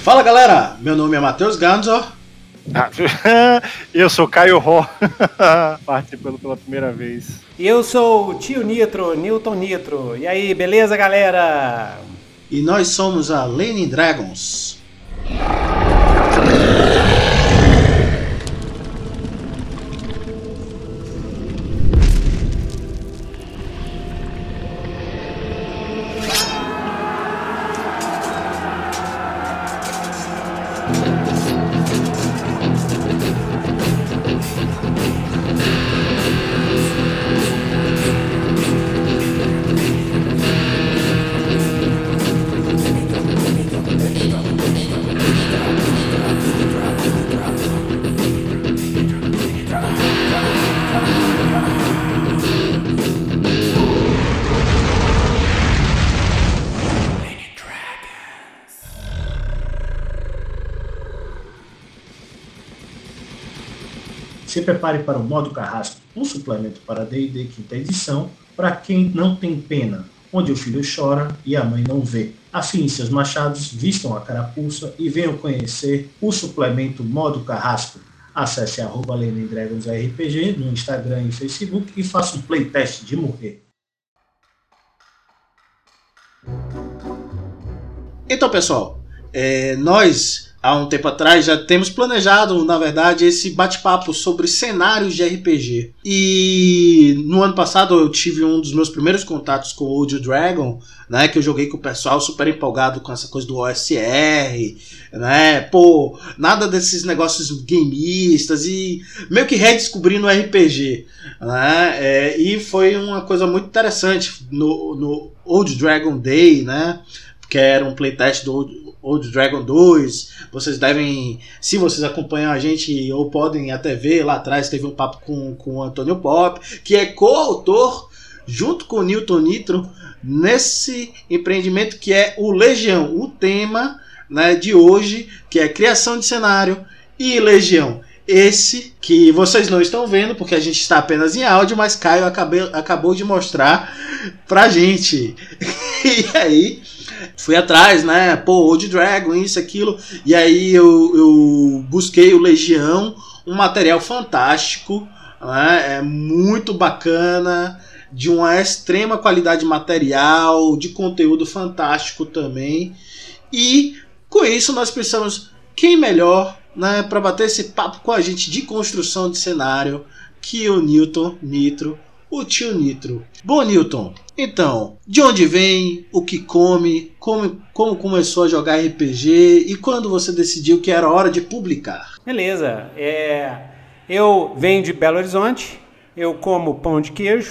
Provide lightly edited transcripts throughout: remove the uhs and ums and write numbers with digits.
Fala galera, meu nome é Matheus Ganzor. Eu sou Caio Ró, participando pela primeira vez. E eu sou o tio Nitro, Newton Nitro. E aí, beleza galera? E nós somos a Leaning Dragons. Se prepare para o modo Carrasco, um suplemento para D&D quinta edição, para quem não tem pena, onde o filho chora e a mãe não vê. Afiem seus machados, vistam a carapuça e venham conhecer o suplemento modo Carrasco. Acesse @LeaningDragonsRPG no Instagram e Facebook e faça um playtest de morrer. Então pessoal, nós há um tempo atrás já temos planejado, na verdade, esse bate-papo sobre cenários de RPG. E no ano passado eu tive um dos meus primeiros contatos com o Old Dragon, né, que eu joguei com o pessoal super empolgado com essa coisa do OSR, né, pô, nada desses negócios gameistas e meio que redescobrindo o RPG, né, e foi uma coisa muito interessante no Old Dragon Day, né, que era um playtest do Old Dragon 2. Vocês devem, se vocês acompanham a gente ou podem até ver, lá atrás teve um papo com o Antônio Pop, que é coautor junto com o Newton Nitro nesse empreendimento que é o Legião, o tema, né, de hoje, que é criação de cenário e Legião. Esse que vocês não estão vendo porque a gente está apenas em áudio, mas Caio acabou de mostrar pra gente. E aí fui atrás, né? Pô, Old Dragon, isso, aquilo. E aí eu busquei o Legião, um material fantástico, né? É muito bacana, de uma extrema qualidade material, de conteúdo fantástico também. E com isso nós pensamos, quem melhor, né, para bater esse papo com a gente de construção de cenário que o Newton Nitro, o tio Nitro. Bom, Newton, então, de onde vem, o que come, como começou a jogar RPG e quando você decidiu que era hora de publicar? Beleza, eu venho de Belo Horizonte, eu como pão de queijo,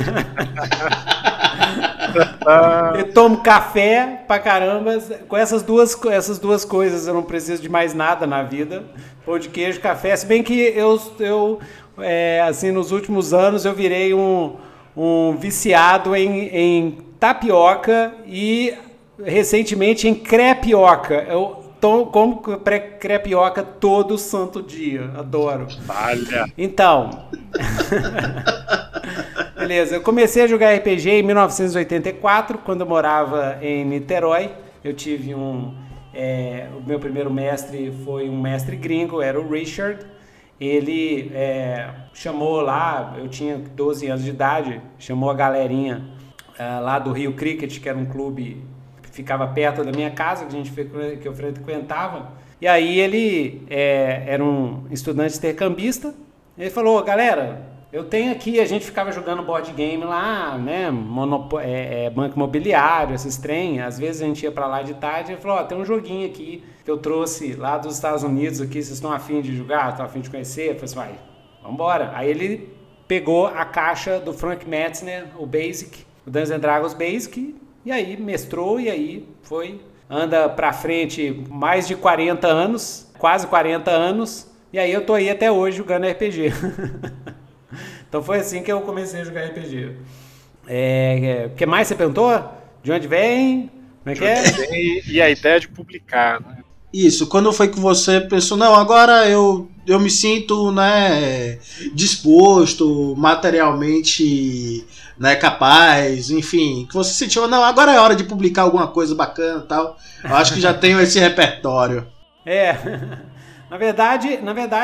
eu tomo café pra caramba, com essas duas coisas eu não preciso de mais nada na vida, pão de queijo, café, se bem que eu assim, nos últimos anos eu virei um viciado em tapioca e recentemente em crepioca. Eu como crepioca todo santo dia, adoro. Valha. Então, beleza, eu comecei a jogar RPG em 1984, quando eu morava em Niterói. Eu tive o meu primeiro mestre foi um mestre gringo, era o Richard. Ele chamou lá, eu tinha 12 anos de idade, chamou a galerinha lá do Rio Cricket, que era um clube que ficava perto da minha casa, que eu frequentava. E aí ele era um estudante intercambista. Ele falou, galera, eu tenho aqui, a gente ficava jogando board game lá, né, banco imobiliário, esses trem, às vezes a gente ia pra lá de tarde, ele falou, tem um joguinho aqui que eu trouxe lá dos Estados Unidos aqui, vocês estão afim de jogar, estão afim de conhecer? Eu falei assim, vai, vambora. Aí ele pegou a caixa do Frank Metzner, o Basic, o Dungeons & Dragons Basic, e aí mestrou, e aí anda pra frente mais de 40 anos, quase 40 anos, e aí eu tô aí até hoje jogando RPG. Então foi assim que eu comecei a jogar RPG. O que mais você perguntou? De onde vem? Como é que é? E a ideia de publicar, né? Isso, quando foi que você pensou, não, agora eu me sinto, né, disposto, materialmente né, capaz, enfim, que você sentiu, não, agora é hora de publicar alguma coisa bacana e tal. Eu acho que já tenho esse repertório. Na verdade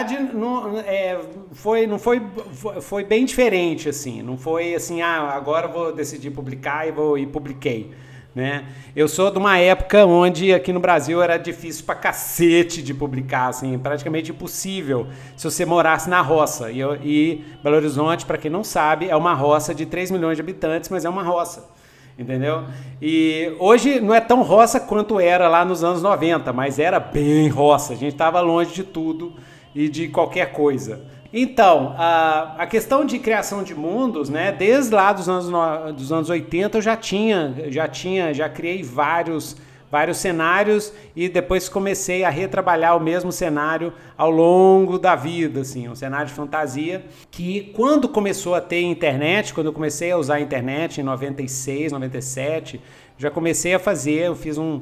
foi bem diferente, assim. Não foi assim, agora eu vou decidir publicar e publiquei, né? Eu sou de uma época onde aqui no Brasil era difícil pra cacete de publicar, assim, praticamente impossível se você morasse na roça. E Belo Horizonte, para quem não sabe, é uma roça de 3 milhões de habitantes, mas é uma roça, entendeu? E hoje não é tão roça quanto era lá nos anos 90, mas era bem roça. A gente estava longe de tudo e de qualquer coisa. Então, a questão de criação de mundos, né, desde lá dos anos 80 eu já criei vários cenários e depois comecei a retrabalhar o mesmo cenário ao longo da vida, assim, um cenário de fantasia que quando começou a ter internet, quando eu comecei a usar a internet em 96, 97, já comecei a fazer, eu fiz um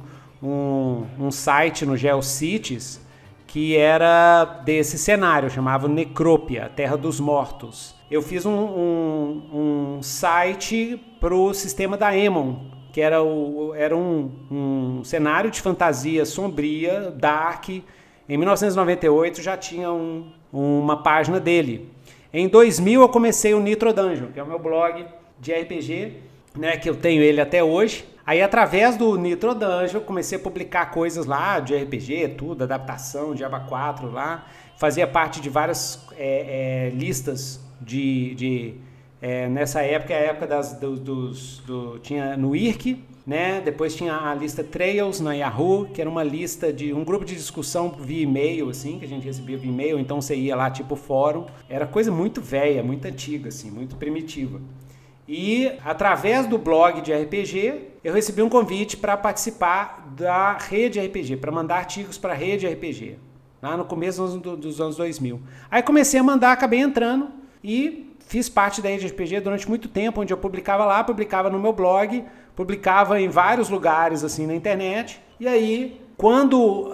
site no GeoCities que era desse cenário, chamava Necrópia, Terra dos Mortos. Eu fiz um site pro sistema da Aemon, que era um cenário de fantasia sombria, dark. Em 1998 já tinha uma página dele. Em 2000 eu comecei o Nitro Dungeon, que é o meu blog de RPG, né, que eu tenho ele até hoje. Aí, através do Nitro Dungeon, eu comecei a publicar coisas lá de RPG, tudo, adaptação de Diablo 4 lá. Fazia parte de várias listas nessa época, a época tinha no IRC, né? Depois tinha a lista Trails na Yahoo, que era uma lista de um grupo de discussão via e-mail, assim, que a gente recebia via e-mail, então você ia lá tipo fórum. Era coisa muito velha, muito antiga, assim, muito primitiva. E através do blog de RPG, eu recebi um convite para participar da rede RPG, para mandar artigos para a rede RPG, lá no começo dos anos 2000. Aí comecei a mandar, acabei entrando e fiz parte da rede RPG durante muito tempo, onde eu publicava lá, publicava no meu blog, publicava em vários lugares assim na internet. E aí, quando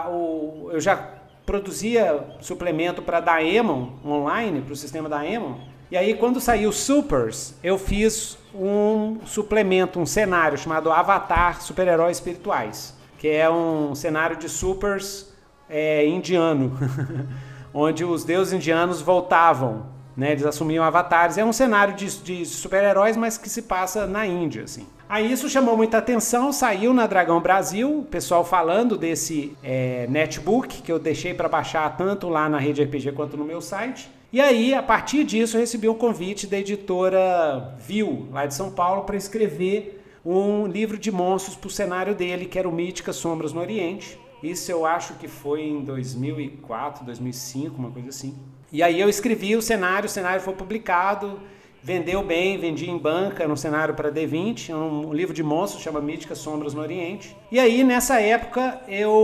eu já produzia suplemento para a Daemon online, para o sistema da Daemon, e aí, quando saiu Supers, eu fiz um suplemento, um cenário chamado Avatar Super-Heróis Espirituais, que é um cenário de supers indiano, onde os deuses indianos voltavam, né? Eles assumiam avatares. É um cenário de super-heróis, mas que se passa na Índia, assim. Aí isso chamou muita atenção, saiu na Dragão Brasil, o pessoal falando desse netbook, que eu deixei para baixar tanto lá na Rede RPG quanto no meu site. E aí, a partir disso, eu recebi um convite da editora Viu, lá de São Paulo, para escrever um livro de monstros para o cenário dele, que era o Míticas Sombras no Oriente. Isso eu acho que foi em 2004, 2005, uma coisa assim. E aí eu escrevi o cenário foi publicado, vendeu bem, vendi em banca no cenário para D20, um livro de monstros, chama Míticas Sombras no Oriente. E aí, nessa época,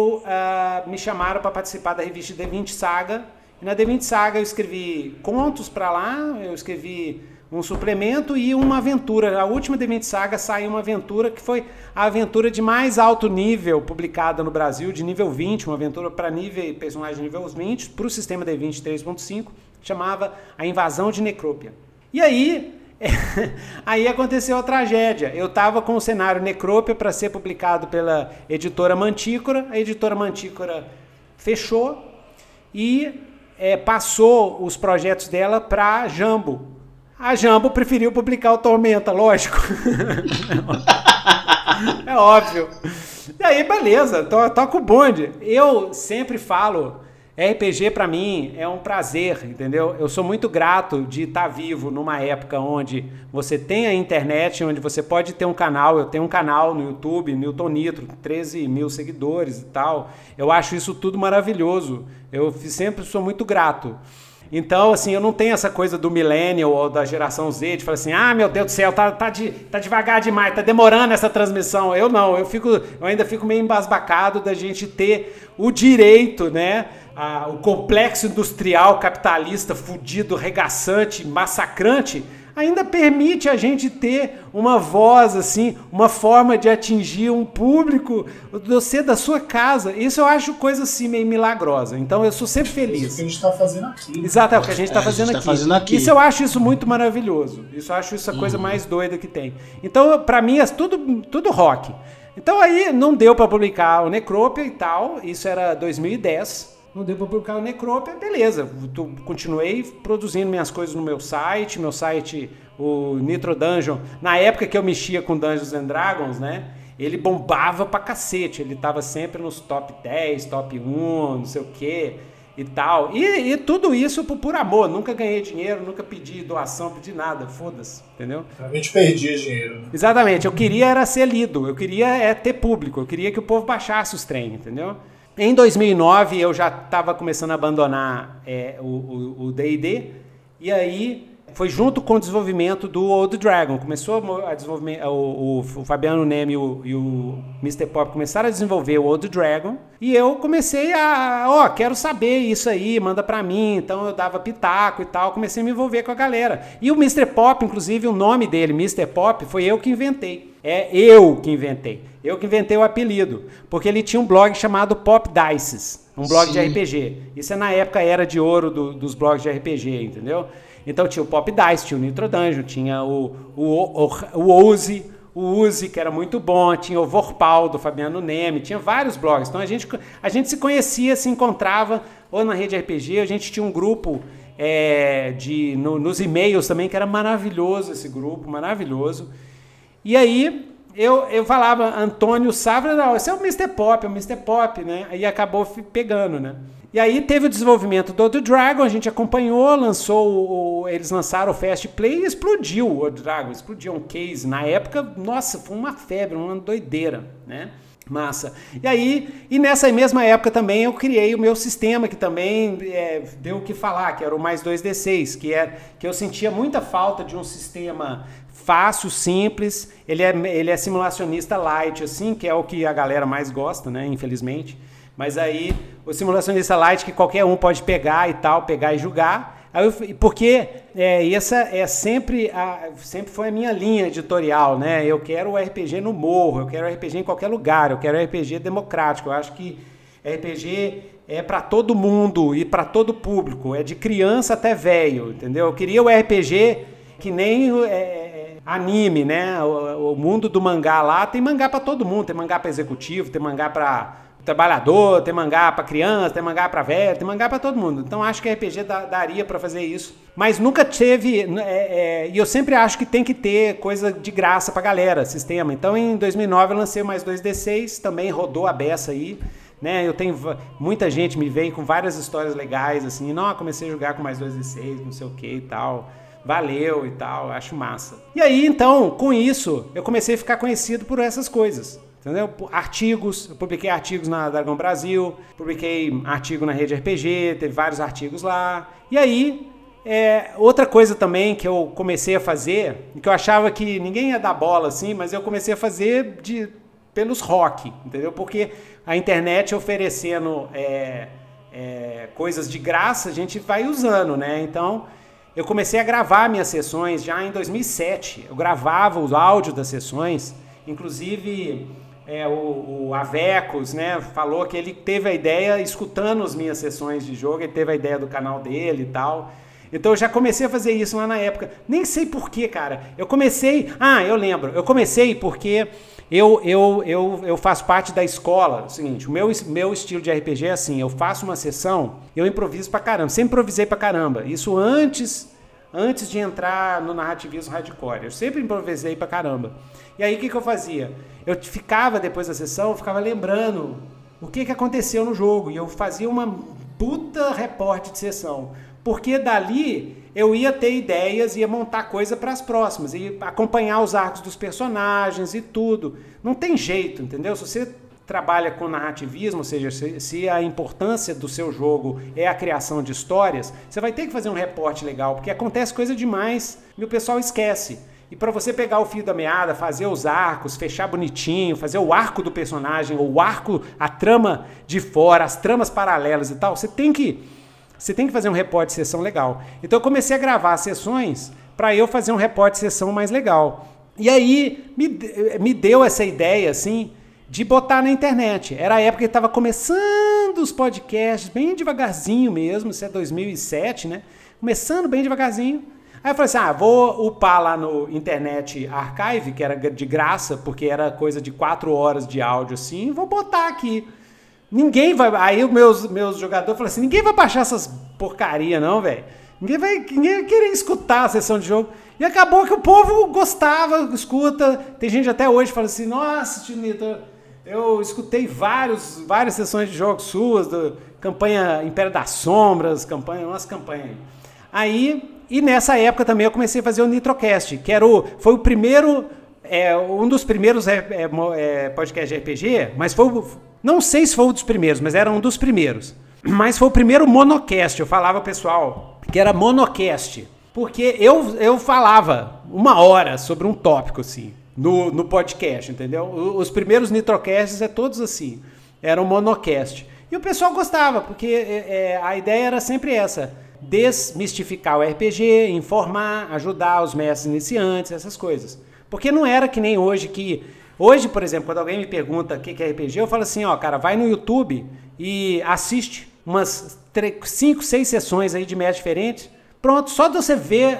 me chamaram para participar da revista D20 Saga. E na D20 Saga eu escrevi contos para lá, eu escrevi um suplemento e uma aventura. A última D20 Saga saiu uma aventura que foi a aventura de mais alto nível publicada no Brasil, de nível 20, uma aventura para personagem de nível 20, para o sistema D20 3.5, chamava A Invasão de Necrópia. E aí aconteceu a tragédia. Eu estava com o cenário Necrópia para ser publicado pela editora Mantícora, a editora Mantícora fechou e passou os projetos dela para Jambo. A Jambo preferiu publicar o Tormenta, lógico. É óbvio. E aí, beleza, toca o bonde. Eu sempre falo, RPG pra mim é um prazer, entendeu? Eu sou muito grato de estar vivo numa época onde você tem a internet, onde você pode ter um canal. Eu tenho um canal no YouTube, Newton Nitro, 13 mil seguidores e tal. Eu acho isso tudo maravilhoso. Eu sempre sou muito grato. Então, assim, eu não tenho essa coisa do millennial ou da geração Z de falar assim, meu Deus do céu, tá devagar demais, tá demorando essa transmissão. Eu não, eu ainda fico meio embasbacado da gente ter o direito, né, o complexo industrial capitalista fudido, regaçante, massacrante, ainda permite a gente ter uma voz, assim, uma forma de atingir um público, você da sua casa. Isso eu acho coisa assim meio milagrosa. Então eu sou sempre feliz. Isso que a gente está fazendo aqui. Exato, é o que a gente está fazendo aqui. Isso eu acho isso muito maravilhoso. Isso eu acho isso a coisa mais doida que tem. Então, pra mim, é tudo rock. Então aí não deu pra publicar o Necropia e tal. Isso era 2010. Não deu pra publicar o Necropia, beleza. Continuei produzindo minhas coisas no meu site, o Nitro Dungeon. Na época que eu mexia com Dungeons and Dragons, né? Ele bombava pra cacete. Ele tava sempre nos top 10, top 1, não sei o quê e tal. E tudo isso por amor. Nunca ganhei dinheiro, nunca pedi doação, pedi nada. Foda-se, entendeu? A gente perdia dinheiro. Né? Exatamente. Eu queria era ser lido. Eu queria ter público. Eu queria que o povo baixasse os trem, entendeu? Em 2009 eu já estava começando a abandonar o D&D, e aí foi junto com o desenvolvimento do Old Dragon. Começou a desenvolver, o Fabiano Neme e o Mr. Pop começaram a desenvolver o Old Dragon, e eu comecei quero saber isso aí, manda pra mim. Então eu dava pitaco e tal, comecei a me envolver com a galera. E o Mr. Pop, inclusive o nome dele, Mr. Pop, foi eu que inventei. Eu que inventei o apelido, porque ele tinha um blog chamado Pop Dices, um blog de RPG. Isso é na época era de ouro dos blogs de RPG, entendeu? Então tinha o Pop Dice, tinha o Nitro Dungeon, tinha o Uzi, que era muito bom, tinha o Vorpal, do Fabiano Neme, tinha vários blogs. Então a gente se conhecia, se encontrava, ou na rede RPG, a gente tinha um grupo nos e-mails também, que era maravilhoso esse grupo, maravilhoso. E aí eu falava, Antônio Sávora, não, esse é o Mr. Pop, né? Aí acabou pegando, né? E aí teve o desenvolvimento do Old Dragon, a gente acompanhou, eles lançaram o Fast Play e explodiu o Old Dragon, explodiu um case. Na época, nossa, foi uma febre, uma doideira, né? Massa. E nessa mesma época também eu criei o meu sistema, que também deu o que falar, que era o mais 2D6, que eu sentia muita falta de um sistema fácil, simples. Ele é simulacionista light, assim, que é o que a galera mais gosta, né, infelizmente. Mas aí o simulacionista light que qualquer um pode pegar e jogar. Porque essa sempre foi a minha linha editorial, né? Eu quero o RPG no morro, eu quero RPG em qualquer lugar, eu quero RPG democrático. Eu acho que RPG é para todo mundo e para todo público, é de criança até velho, entendeu? Eu queria o RPG que nem anime, né? O mundo do mangá lá, tem mangá para todo mundo, tem mangá para executivo, tem mangá para trabalhador, tem mangá pra criança, tem mangá pra velho, tem mangá pra todo mundo. Então acho que RPG daria pra fazer isso. Mas nunca teve, e eu sempre acho que tem que ter coisa de graça pra galera, sistema. Então em 2009 eu lancei o mais 2D6, também rodou a beça aí, né? Eu tenho, muita gente me vem com várias histórias legais, assim, não, comecei a jogar com mais 2D6, não sei o que e tal. Valeu e tal, acho massa. E aí então, com isso, eu comecei a ficar conhecido por essas coisas. Entendeu? Artigos, eu publiquei artigos na Dragão Brasil, publiquei artigo na Rede RPG, teve vários artigos lá. E aí, outra coisa também que eu comecei a fazer, que eu achava que ninguém ia dar bola assim, mas eu comecei a fazer pelos rock, entendeu? Porque a internet oferecendo coisas de graça, a gente vai usando, né? Então, eu comecei a gravar minhas sessões já em 2007. Eu gravava os áudios das sessões, inclusive... o Avecos, né, falou que ele teve a ideia, escutando as minhas sessões de jogo, ele teve a ideia do canal dele e tal. Então eu já comecei a fazer isso lá na época. Nem sei porquê, cara. Eu lembro. Eu comecei porque eu faço parte da escola. É o seguinte, o meu estilo de RPG é assim, eu faço uma sessão, eu improviso pra caramba. Sempre improvisei pra caramba. Isso antes de entrar no narrativismo hardcore. Eu sempre improvisei pra caramba. E aí, o que eu fazia? Eu ficava, depois da sessão, eu ficava lembrando o que aconteceu no jogo. E eu fazia uma puta reporte de sessão. Porque dali eu ia ter ideias, ia montar coisa para as próximas. Ia acompanhar os arcos dos personagens e tudo. Não tem jeito, entendeu? Se você trabalha com narrativismo, ou seja, se a importância do seu jogo é a criação de histórias, você vai ter que fazer um reporte legal, porque acontece coisa demais e o pessoal esquece. E para você pegar o fio da meada, fazer os arcos, fechar bonitinho, fazer o arco do personagem, o arco, a trama de fora, as tramas paralelas e tal, você tem que fazer um reporte de sessão legal. Então eu comecei a gravar as sessões para eu fazer um repórter de sessão mais legal. E aí me deu essa ideia, assim, de botar na internet. Era a época que estava começando os podcasts, bem devagarzinho mesmo, isso é 2007, né? Começando bem devagarzinho. Aí eu falei assim, vou upar lá no Internet Archive, que era de graça, porque era coisa de 4 horas de áudio, assim, vou botar aqui. Ninguém vai... Aí os meus jogadores falaram assim, ninguém vai baixar essas porcaria não, velho. Ninguém vai querer escutar a sessão de jogo. E acabou que o povo gostava, escuta. Tem gente até hoje que fala assim, nossa, Tio Nito, eu escutei várias sessões de jogos suas, campanha Império das Sombras, nossa campanha aí. E nessa época também eu comecei a fazer o Nitrocast, que foi o primeiro, um dos primeiros podcasts de RPG, mas não sei se foi um dos primeiros, mas era um dos primeiros. Mas foi o primeiro monocast, eu falava pessoal que era monocast, porque eu falava 1 hora sobre um tópico assim, no podcast, entendeu? Os primeiros Nitrocasts todos assim, eram monocast. E o pessoal gostava, porque a ideia era sempre essa, desmistificar o RPG, informar, ajudar os mestres iniciantes, essas coisas. Porque não era que nem hoje, hoje, por exemplo, quando alguém me pergunta o que é RPG, eu falo assim, cara, vai no YouTube e assiste umas 5, 6 sessões aí de mestres diferentes. Pronto, só de você ver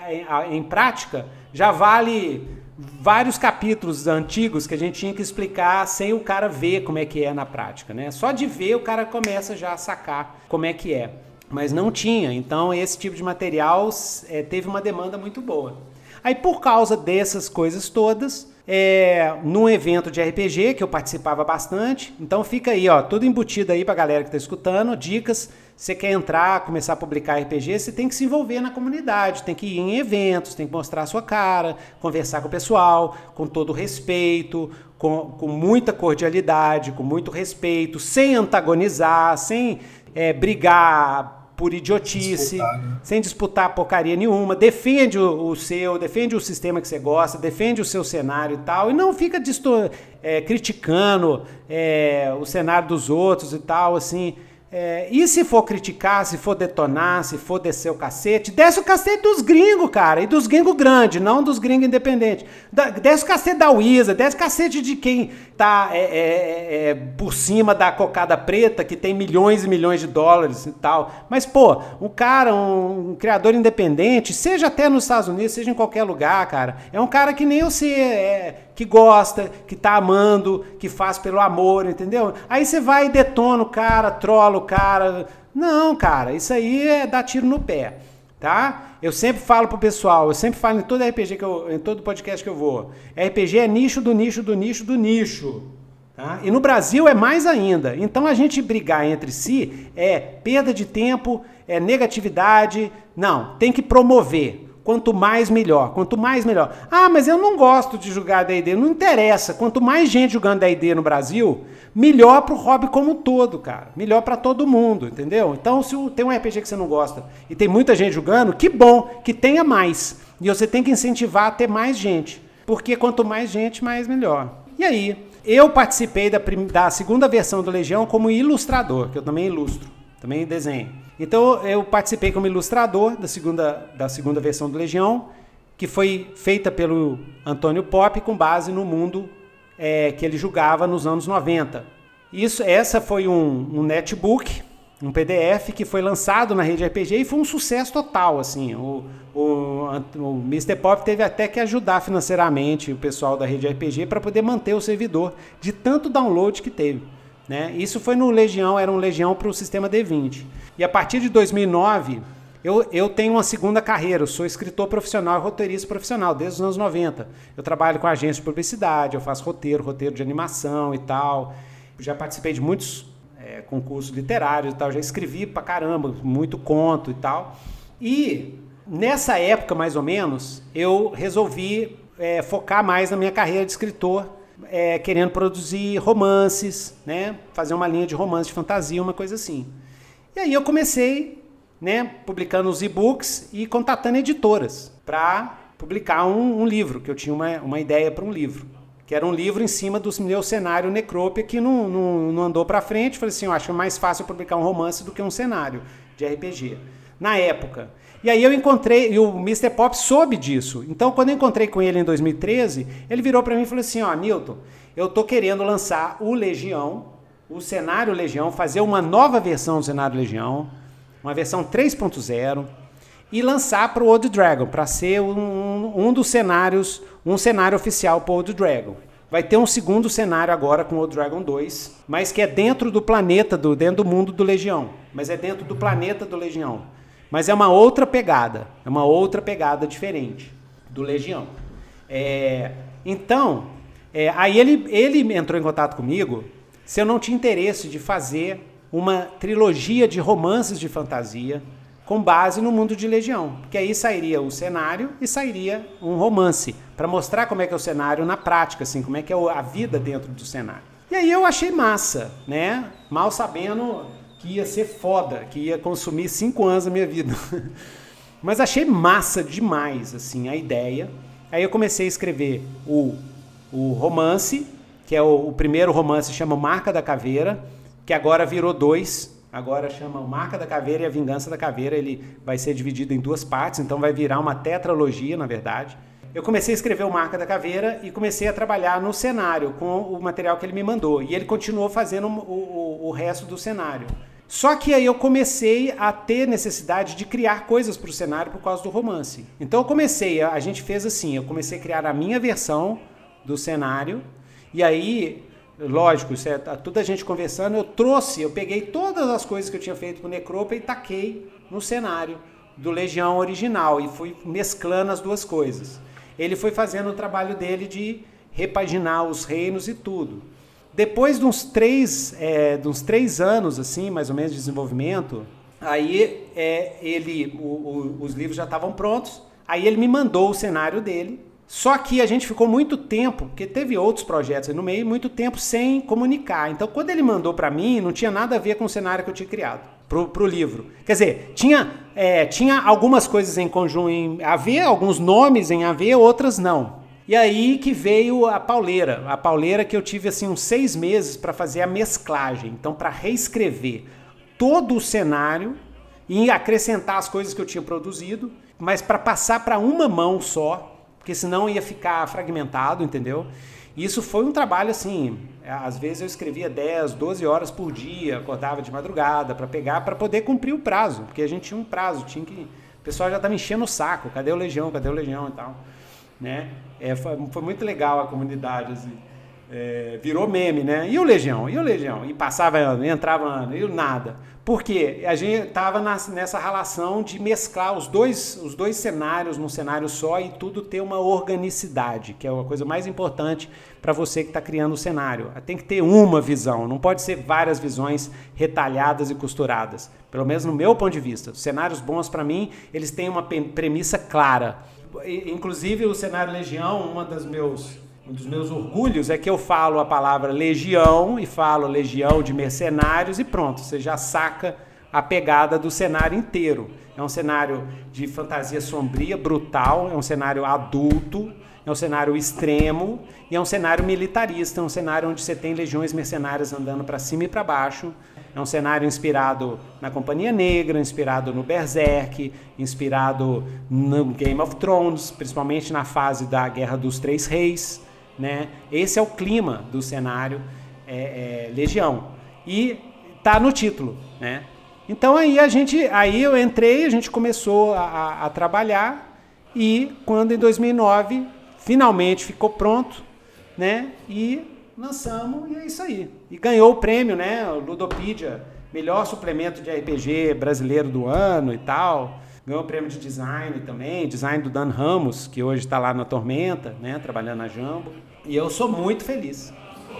em prática, já vale vários capítulos antigos que a gente tinha que explicar sem o cara ver como é que é na prática, né? Só de ver o cara começa já a sacar como é que é. Mas não tinha, então esse tipo de material teve uma demanda muito boa. Aí por causa dessas coisas todas, num evento de RPG que eu participava bastante, então fica aí, tudo embutido aí pra galera que tá escutando, dicas, você quer entrar, começar a publicar RPG, você tem que se envolver na comunidade, tem que ir em eventos, tem que mostrar a sua cara, conversar com o pessoal, com todo respeito, com muita cordialidade, com muito respeito, sem antagonizar, sem brigar por idiotice, sem disputar porcaria nenhuma, defende defende o sistema que você gosta, defende o seu cenário e tal, e não fica criticando o cenário dos outros e tal, assim. E se for criticar, se for detonar, se for descer o cacete, desce o cacete dos gringos, cara, e dos gringos grandes, não dos gringos independentes. Desce o cacete da Wizard, desce o cacete de quem tá por cima da cocada preta, que tem milhões e milhões de dólares e tal. Mas, pô, um criador independente, seja até nos Estados Unidos, seja em qualquer lugar, cara, é um cara que nem você que gosta, que tá amando, que faz pelo amor, entendeu? Aí você vai e detona o cara, trola o cara. Não, cara, isso aí é dar tiro no pé, tá? Eu sempre falo pro pessoal, eu sempre falo em todo RPG em todo podcast que eu vou, RPG é nicho do nicho do nicho do nicho, tá? E no Brasil é mais ainda. Então a gente brigar entre si é perda de tempo, é negatividade. Não, tem que promover. Quanto mais, melhor. Quanto mais, melhor. Ah, mas eu não gosto de jogar D&D. Não interessa. Quanto mais gente jogando D&D no Brasil, melhor pro hobby como um todo, cara. Melhor pra todo mundo, entendeu? Então, se tem um RPG que você não gosta e tem muita gente jogando, que bom que tenha mais. E você tem que incentivar a ter mais gente. Porque quanto mais gente, mais melhor. E aí, eu participei da segunda versão do Legião como ilustrador, que eu também ilustro. Também desenho. Então eu participei como ilustrador da segunda versão do Legião, que foi feita pelo Antônio Pop com base no mundo que ele jogava nos anos 90. Essa foi um netbook, um PDF que foi lançado na rede RPG e foi um sucesso total. Assim. O Mr. Pop teve até que ajudar financeiramente o pessoal da rede RPG para poder manter o servidor de tanto download que teve. Né? Isso foi no Legião, era um Legião para o sistema D20. E a partir de 2009, eu tenho uma segunda carreira. Eu sou escritor profissional e roteirista profissional, desde os anos 90. Eu trabalho com agência de publicidade, eu faço roteiro de animação e tal. Já participei de muitos concursos literários e tal, já escrevi pra caramba, muito conto e tal. E nessa época, mais ou menos, eu resolvi focar mais na minha carreira de escritor, querendo produzir romances, né? Fazer uma linha de romance de fantasia, uma coisa assim. E aí eu comecei, né, publicando os e-books e contatando editoras para publicar um livro, que eu tinha uma ideia para um livro, que era um livro em cima do meu cenário Necrópia, que não andou para frente. Falei assim, eu acho mais fácil publicar um romance do que um cenário de RPG. Na época, E aí eu encontrei, e o Mr. Pop soube disso. Então, quando eu encontrei com ele em 2013, ele virou para mim e falou assim, ó, Newton, eu tô querendo lançar o Legião, o cenário Legião, fazer uma nova versão do cenário Legião, uma versão 3.0, e lançar para o Old Dragon, para ser um dos cenários, um cenário oficial para o Old Dragon. Vai ter um segundo cenário agora com o Old Dragon 2, mas que é dentro do planeta, dentro do mundo do Legião. Mas é dentro do planeta do Legião. Mas é uma outra pegada diferente do Legião. Então, aí ele entrou em contato comigo se eu não tinha interesse de fazer uma trilogia de romances de fantasia com base no mundo de Legião. Porque aí sairia o cenário e sairia um romance, para mostrar como é que é o cenário na prática, assim, como é que é a vida dentro do cenário. E aí eu achei massa, né? Mal sabendo que ia ser foda, que ia consumir 5 anos da minha vida. Mas achei massa demais, assim, a ideia. Aí eu comecei a escrever o romance, que é o primeiro romance, chama Marca da Caveira, que agora virou 2. Agora chama o Marca da Caveira e a Vingança da Caveira. Ele vai ser dividido em 2 partes, então vai virar uma tetralogia, na verdade. Eu comecei a escrever o Marca da Caveira e comecei a trabalhar no cenário com o material que ele me mandou. E ele continuou fazendo o resto do cenário. Só que aí eu comecei a ter necessidade de criar coisas para o cenário por causa do romance. Então a gente fez assim, eu comecei a criar a minha versão do cenário, e aí, lógico, isso é toda a gente conversando, eu peguei todas as coisas que eu tinha feito com o Necropa e taquei no cenário do Legião original, e fui mesclando as duas coisas. Ele foi fazendo o trabalho dele de repaginar os reinos e tudo. Depois de uns 3 anos, assim, mais ou menos, de desenvolvimento, aí os livros já estavam prontos, aí ele me mandou o cenário dele, só que a gente ficou muito tempo, porque teve outros projetos aí no meio, muito tempo sem comunicar. Então, quando ele mandou para mim, não tinha nada a ver com o cenário que eu tinha criado pro livro. Quer dizer, tinha algumas coisas em conjunto, em AV, alguns nomes em AV, outras não. E aí que veio a pauleira que eu tive assim uns 6 meses para fazer a mesclagem, então para reescrever todo o cenário e acrescentar as coisas que eu tinha produzido, mas para passar para uma mão só, porque senão ia ficar fragmentado, entendeu? E isso foi um trabalho assim, às vezes eu escrevia 10, 12 horas por dia, acordava de madrugada para poder cumprir o prazo, porque a gente tinha um prazo, o pessoal já estava enchendo o saco, cadê o Legião e tal. Né? Foi muito legal a comunidade, assim. Virou meme, né? E o Legião? E passava ano, entrava ano, e nada. Porque a gente estava nessa relação de mesclar os dois cenários num cenário só e tudo ter uma organicidade, que é a coisa mais importante para você que está criando o cenário. Tem que ter uma visão, não pode ser várias visões retalhadas e costuradas. Pelo menos no meu ponto de vista. Os cenários bons, para mim, eles têm uma premissa clara. Inclusive o cenário Legião, um dos meus orgulhos é que eu falo a palavra Legião e falo Legião de Mercenários e pronto, você já saca a pegada do cenário inteiro. É um cenário de fantasia sombria, brutal, é um cenário adulto, é um cenário extremo e é um cenário militarista, é um cenário onde você tem legiões mercenárias andando para cima e para baixo. É um cenário inspirado na Companhia Negra, inspirado no Berserk, inspirado no Game of Thrones, principalmente na fase da Guerra dos Três Reis, né? Esse é o clima do cenário Legião. E tá no título, né? Então aí eu entrei, a gente começou a trabalhar e quando em 2009 finalmente ficou pronto, né? E lançamos e é isso aí. E ganhou o prêmio, né? O Ludopedia, melhor suplemento de RPG brasileiro do ano e tal. Ganhou o prêmio de design também, design do Dan Ramos, que hoje está lá na Tormenta, né? Trabalhando na Jambo. E eu sou muito feliz.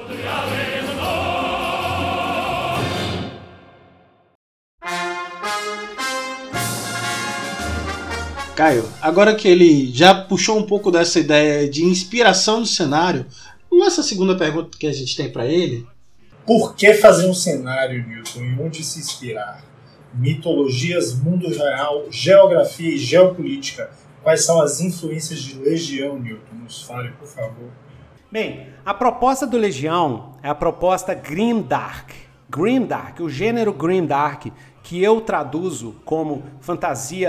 Caio, agora que ele já puxou um pouco dessa ideia de inspiração do cenário, essa segunda pergunta que a gente tem para ele. Por que fazer um cenário, Newton? Em onde se inspirar? Mitologias, mundo real, geografia e geopolítica. Quais são as influências de Legião, Newton? Nos fale, por favor. Bem, a proposta do Legião é a proposta Grimdark. Grimdark, o gênero Grimdark, que eu traduzo como fantasia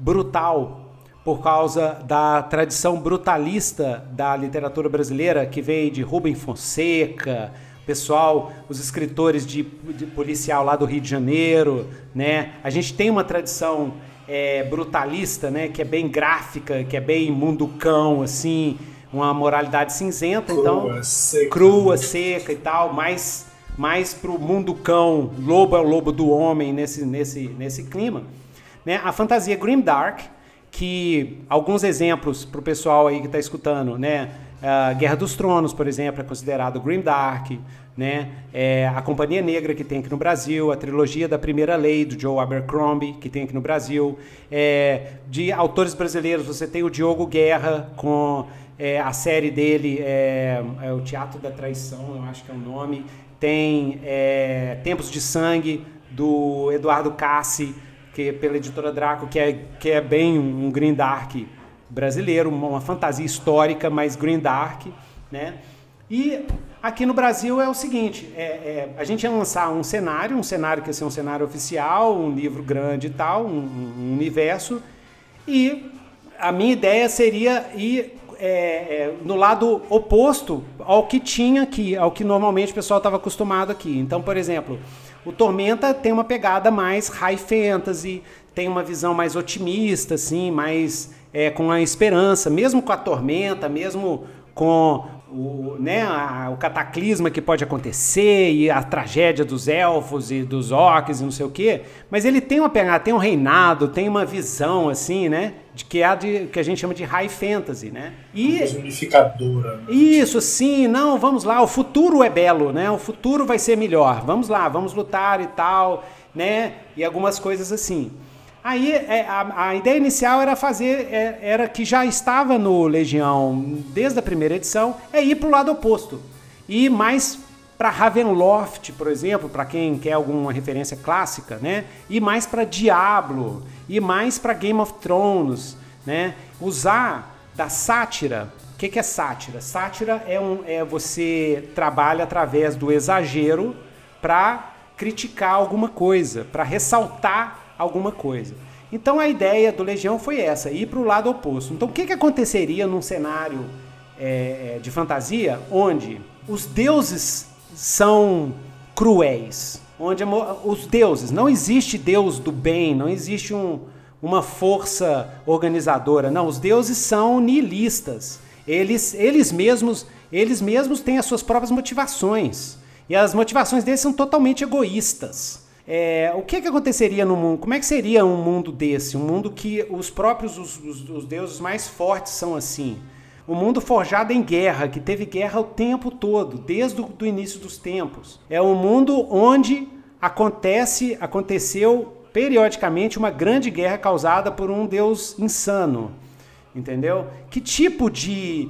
brutal por causa da tradição brutalista da literatura brasileira, que veio de Rubem Fonseca, pessoal, os escritores de policial lá do Rio de Janeiro, né? A gente tem uma tradição brutalista, né? Que é bem gráfica, que é bem munducão, assim, uma moralidade cinzenta, crua, seca e tal, mais pro munducão, lobo é o lobo do homem nesse clima, né? A fantasia grimdark, que alguns exemplos pro pessoal aí que tá escutando, né? Guerra dos Tronos, por exemplo, é considerado grimdark, né? A Companhia Negra, que tem aqui no Brasil, a trilogia da Primeira Lei, do Joe Abercrombie, que tem aqui no Brasil. De autores brasileiros, você tem o Diogo Guerra, com a série dele, o Teatro da Traição, eu acho que é o nome. Tem Tempos de Sangue, do Eduardo Cassi, que pela editora Draco, que é bem um grimdark brasileiro, uma fantasia histórica, mas grimdark, né? E aqui no Brasil é o seguinte, a gente ia lançar um cenário que ia ser um cenário oficial, um livro grande e tal, um universo, e a minha ideia seria ir no lado oposto ao que tinha aqui, ao que normalmente o pessoal estava acostumado aqui. Então, por exemplo, o Tormenta tem uma pegada mais high fantasy, tem uma visão mais otimista, assim, mais com a esperança, mesmo com a tormenta, mesmo com o cataclisma que pode acontecer e a tragédia dos elfos e dos orcs e não sei o quê, mas ele tem uma pegada, tem um reinado, tem uma visão, assim, né, que a gente chama de high fantasy, né? E unificadora. Né? Isso, sim, não, vamos lá, o futuro é belo, né? O futuro vai ser melhor, vamos lá, vamos lutar e tal, né? E algumas coisas assim. Aí a ideia inicial era que já estava no Legião desde a primeira edição, ir para o lado oposto. Ir mais para Ravenloft, por exemplo, para quem quer alguma referência clássica, né? Ir mais para Diablo, ir mais para Game of Thrones, né? Usar da sátira. O que é sátira? Sátira você trabalha através do exagero para criticar alguma coisa, para ressaltar alguma coisa. Então a ideia do Legião foi essa, ir para o lado oposto. Então o que aconteceria num cenário de fantasia onde os deuses são cruéis, onde os deuses, não existe deus do bem, não existe uma força organizadora, não, os deuses são nihilistas, eles mesmos têm as suas próprias motivações, e as motivações deles são totalmente egoístas. O que aconteceria no mundo? Como é que seria um mundo desse? Um mundo que os próprios os deuses mais fortes são assim. Um mundo forjado em guerra, que teve guerra o tempo todo, desde o início dos tempos. É um mundo onde aconteceu periodicamente uma grande guerra causada por um deus insano. Entendeu? Que tipo de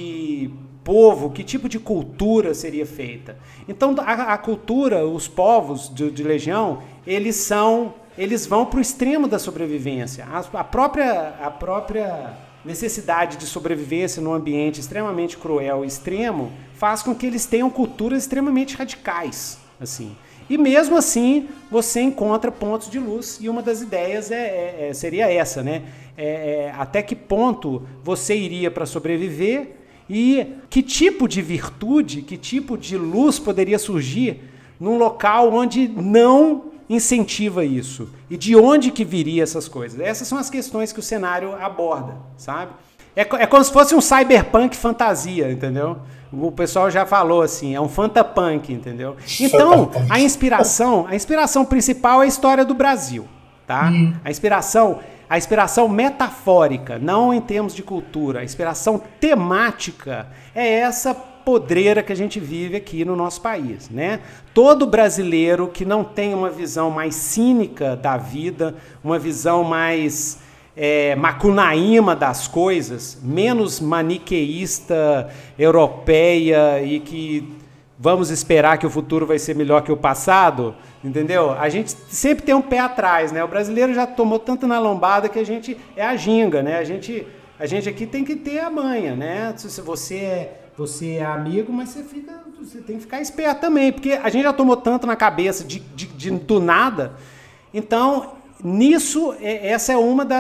povo, que tipo de cultura seria feita? Então a cultura, os povos de Legião, eles vão para o extremo da sobrevivência. A própria necessidade de sobrevivência num ambiente extremamente cruel e extremo faz com que eles tenham culturas extremamente radicais, assim. E mesmo assim você encontra pontos de luz, e uma das ideias seria essa, né? Até que ponto você iria para sobreviver e que tipo de virtude, que tipo de luz poderia surgir num local onde não incentiva isso? E de onde que viria essas coisas? Essas são as questões que o cenário aborda, sabe? É como se fosse um cyberpunk fantasia, entendeu? O pessoal já falou assim, é um fantapunk, entendeu? Então, a inspiração principal é a história do Brasil, tá? A inspiração metafórica, não em termos de cultura, a inspiração temática é essa podreira que a gente vive aqui no nosso país, né? Todo brasileiro que não tem uma visão mais cínica da vida, uma visão mais macunaíma das coisas, menos maniqueísta, europeia e que vamos esperar que o futuro vai ser melhor que o passado, entendeu? A gente sempre tem um pé atrás, né? O brasileiro já tomou tanto na lombada que a gente é a ginga, né? A gente aqui tem que ter a manha, né? Se você é amigo, mas você tem que ficar esperto também, porque a gente já tomou tanto na cabeça do nada. Então, nisso, essa é uma das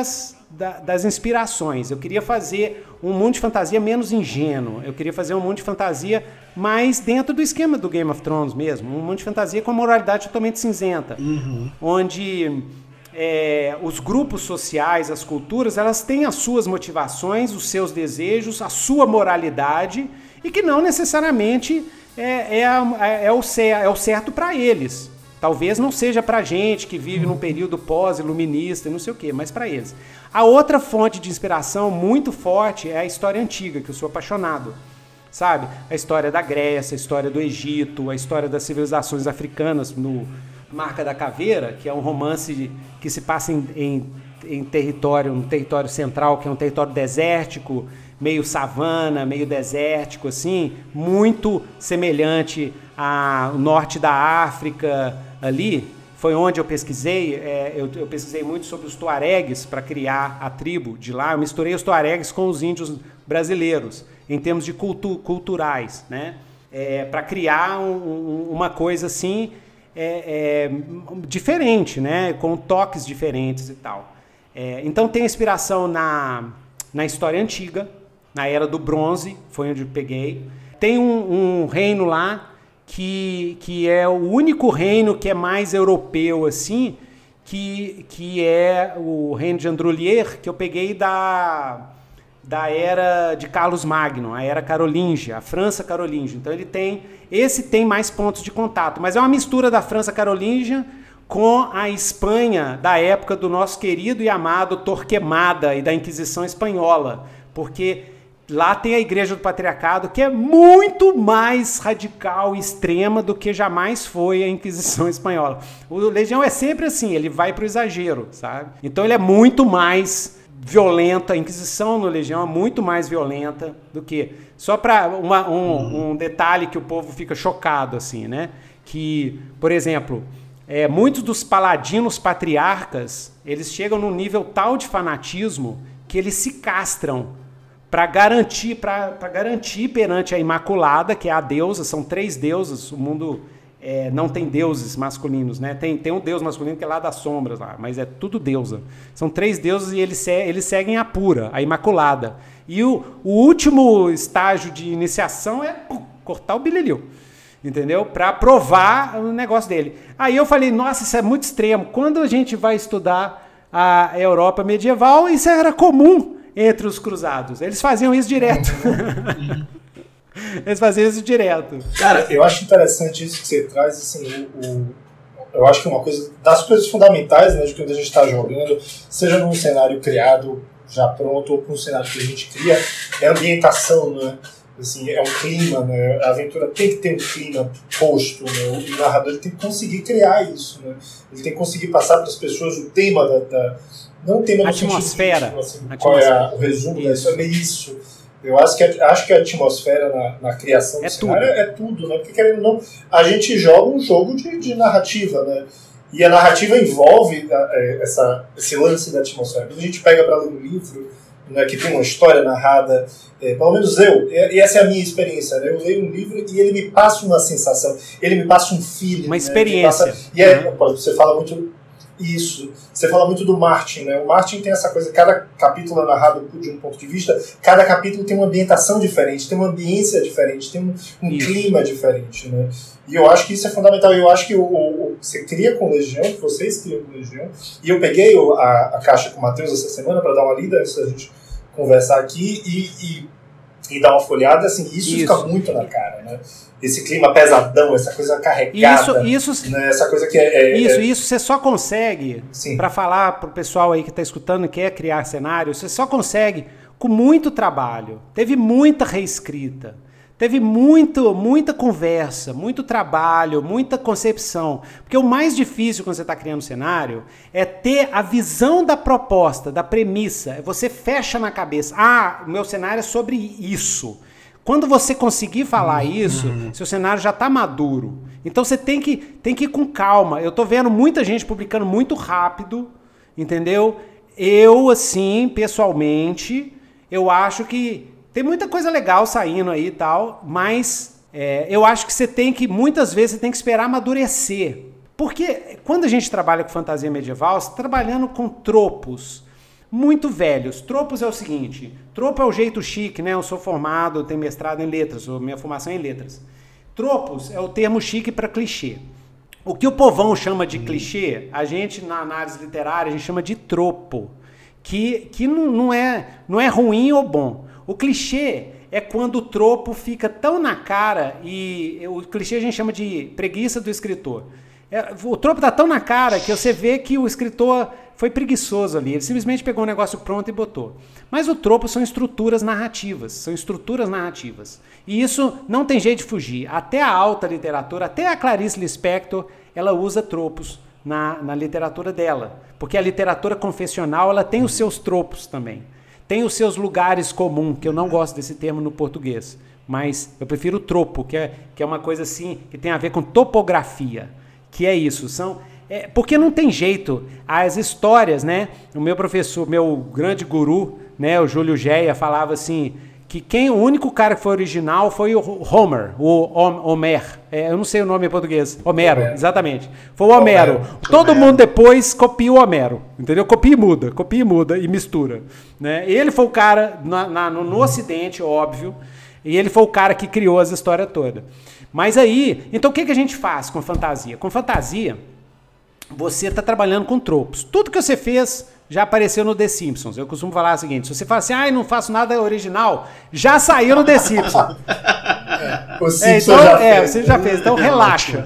das inspirações. Eu queria fazer um mundo de fantasia menos ingênuo. Eu queria fazer um mundo de fantasia mais dentro do esquema do Game of Thrones mesmo. Um mundo de fantasia com a moralidade totalmente cinzenta. Onde os grupos sociais, as culturas, elas têm as suas motivações, os seus desejos, a sua moralidade, e que não necessariamente é o certo para eles. Talvez não seja pra gente que vive num período pós-iluminista e não sei o quê, mas para eles. A outra fonte de inspiração muito forte é a história antiga, que eu sou apaixonado. Sabe? A história da Grécia, a história do Egito, a história das civilizações africanas no Marca da Caveira, que é um romance que se passa no território central, que é um território desértico, meio savana, meio desértico, assim, muito semelhante ao norte da África ali. Foi onde eu pesquisei, eu pesquisei muito sobre os tuaregues para criar a tribo de lá. Eu misturei os tuaregues com os índios brasileiros, em termos de culturais, né? Para criar uma coisa assim diferente, né? Com toques diferentes e tal. Então tem inspiração na história antiga, na Era do Bronze, foi onde eu peguei. Tem um reino lá que é o único reino que é mais europeu, assim, que é o reino de Androlier, que eu peguei da Era de Carlos Magno, a Era Carolíngia, a França Carolíngia. Então esse tem mais pontos de contato, mas é uma mistura da França Carolíngia com a Espanha da época do nosso querido e amado Torquemada e da Inquisição Espanhola, porque lá tem a Igreja do Patriarcado, que é muito mais radical e extrema do que jamais foi a Inquisição Espanhola. O Legião é sempre assim, ele vai pro exagero, sabe? Então ele é muito mais violento, a Inquisição no Legião é muito mais violenta do que... Só para um detalhe que o povo fica chocado, assim, né? Que, por exemplo, muitos dos paladinos patriarcas, eles chegam num nível tal de fanatismo que eles se castram para garantir perante a Imaculada, que é a deusa. São 3 deusas, o mundo não tem deuses masculinos, né? Tem um deus masculino que é lá das sombras, lá, mas é tudo deusa. São 3 deusas e eles seguem a pura, a Imaculada. E o último estágio de iniciação é cortar o bilhilho, entendeu? Para provar o negócio dele. Aí eu falei, nossa, isso é muito extremo. Quando a gente vai estudar a Europa medieval, isso era comum entre os cruzados. Eles faziam isso direto. Eles faziam isso direto. Cara, eu acho interessante isso que você traz, assim, eu acho que uma coisa das coisas fundamentais, né, de quando a gente está jogando, seja num cenário criado já pronto ou para um cenário que a gente cria, é a ambientação, né? Assim, é um clima, né? A aventura tem que ter um clima posto, né? O narrador tem que conseguir criar isso, né? Ele tem que conseguir passar para as pessoas o tema não o tema do atmosfera. Sentido, assim, qual é o resumo da história, é isso. Eu acho que a atmosfera na criação do cenário é tudo, né? Porque, querendo ou não, a gente joga um jogo de narrativa, né? E a narrativa envolve esse lance da atmosfera. Quando a gente pega para ler um livro, né, que tem uma história narrada, pelo menos e essa é a minha experiência, né? Eu leio um livro e ele me passa uma sensação, ele me passa um feeling. Uma experiência. Você fala muito... Isso. Você fala muito do Martin, né? O Martin tem essa coisa, cada capítulo é narrado de um ponto de vista, cada capítulo tem uma ambientação diferente, tem uma ambiência diferente, tem um clima diferente, né? E eu acho que isso é fundamental. Eu acho que você cria com Legião, que vocês criam com Legião, e eu peguei a caixa com o Matheus essa semana para dar uma lida antes da gente conversar aqui e dar uma folhada, assim, isso fica muito na cara, né? Esse clima pesadão, essa coisa carregada. Isso, né? Essa coisa que Isso você só consegue, para falar pro pessoal aí que está escutando e quer criar cenário, você só consegue com muito trabalho. Teve muita reescrita, teve muita conversa, muito trabalho, muita concepção. Porque o mais difícil quando você está criando cenário é ter a visão da proposta, da premissa. Você fecha na cabeça, o meu cenário é sobre isso. Quando você conseguir falar isso, seu cenário já está maduro. Então você tem que ir com calma. Eu estou vendo muita gente publicando muito rápido, entendeu? Eu, assim, pessoalmente, eu acho que tem muita coisa legal saindo aí e tal, mas eu acho que muitas vezes você tem que esperar amadurecer. Porque quando a gente trabalha com fantasia medieval, você está trabalhando com tropos. muito velhos. Tropos é o seguinte, tropo é o jeito chique, né? Eu sou formado, tenho mestrado em letras, minha formação é em letras. Tropos é o termo chique para clichê. O que o povão chama de clichê, a gente na análise literária, a gente chama de tropo, que não é ruim ou bom. O clichê é quando o tropo fica tão na cara, e o clichê a gente chama de preguiça do escritor. O tropo tá tão na cara que você vê que o escritor foi preguiçoso ali, ele simplesmente pegou um negócio pronto e botou. Mas o tropo são estruturas narrativas, E isso não tem jeito de fugir. Até a alta literatura, até a Clarice Lispector, ela usa tropos na literatura dela. Porque a literatura confessional, ela tem os seus tropos também. Tem os seus lugares comuns, que eu não gosto desse termo no português. Mas eu prefiro o tropo, que é uma coisa assim, que tem a ver com topografia. Que é isso, porque não tem jeito, as histórias, né? O meu professor, meu grande guru, né, o Júlio Geia, falava assim, que o único cara que foi original foi o Homer, eu não sei o nome em português, Homero, exatamente, foi o Homero. Todo mundo depois copia o Homero, entendeu? Copia e muda e mistura, né? Ele foi o cara, no Ocidente, óbvio, e ele foi o cara que criou as histórias todas. Mas aí, então o que a gente faz com fantasia? Com fantasia, você está trabalhando com tropos. Tudo que você fez já apareceu no The Simpsons. Eu costumo falar o seguinte, se você fala assim, não faço nada original, já saiu no The Simpsons. Você já fez. Então relaxa.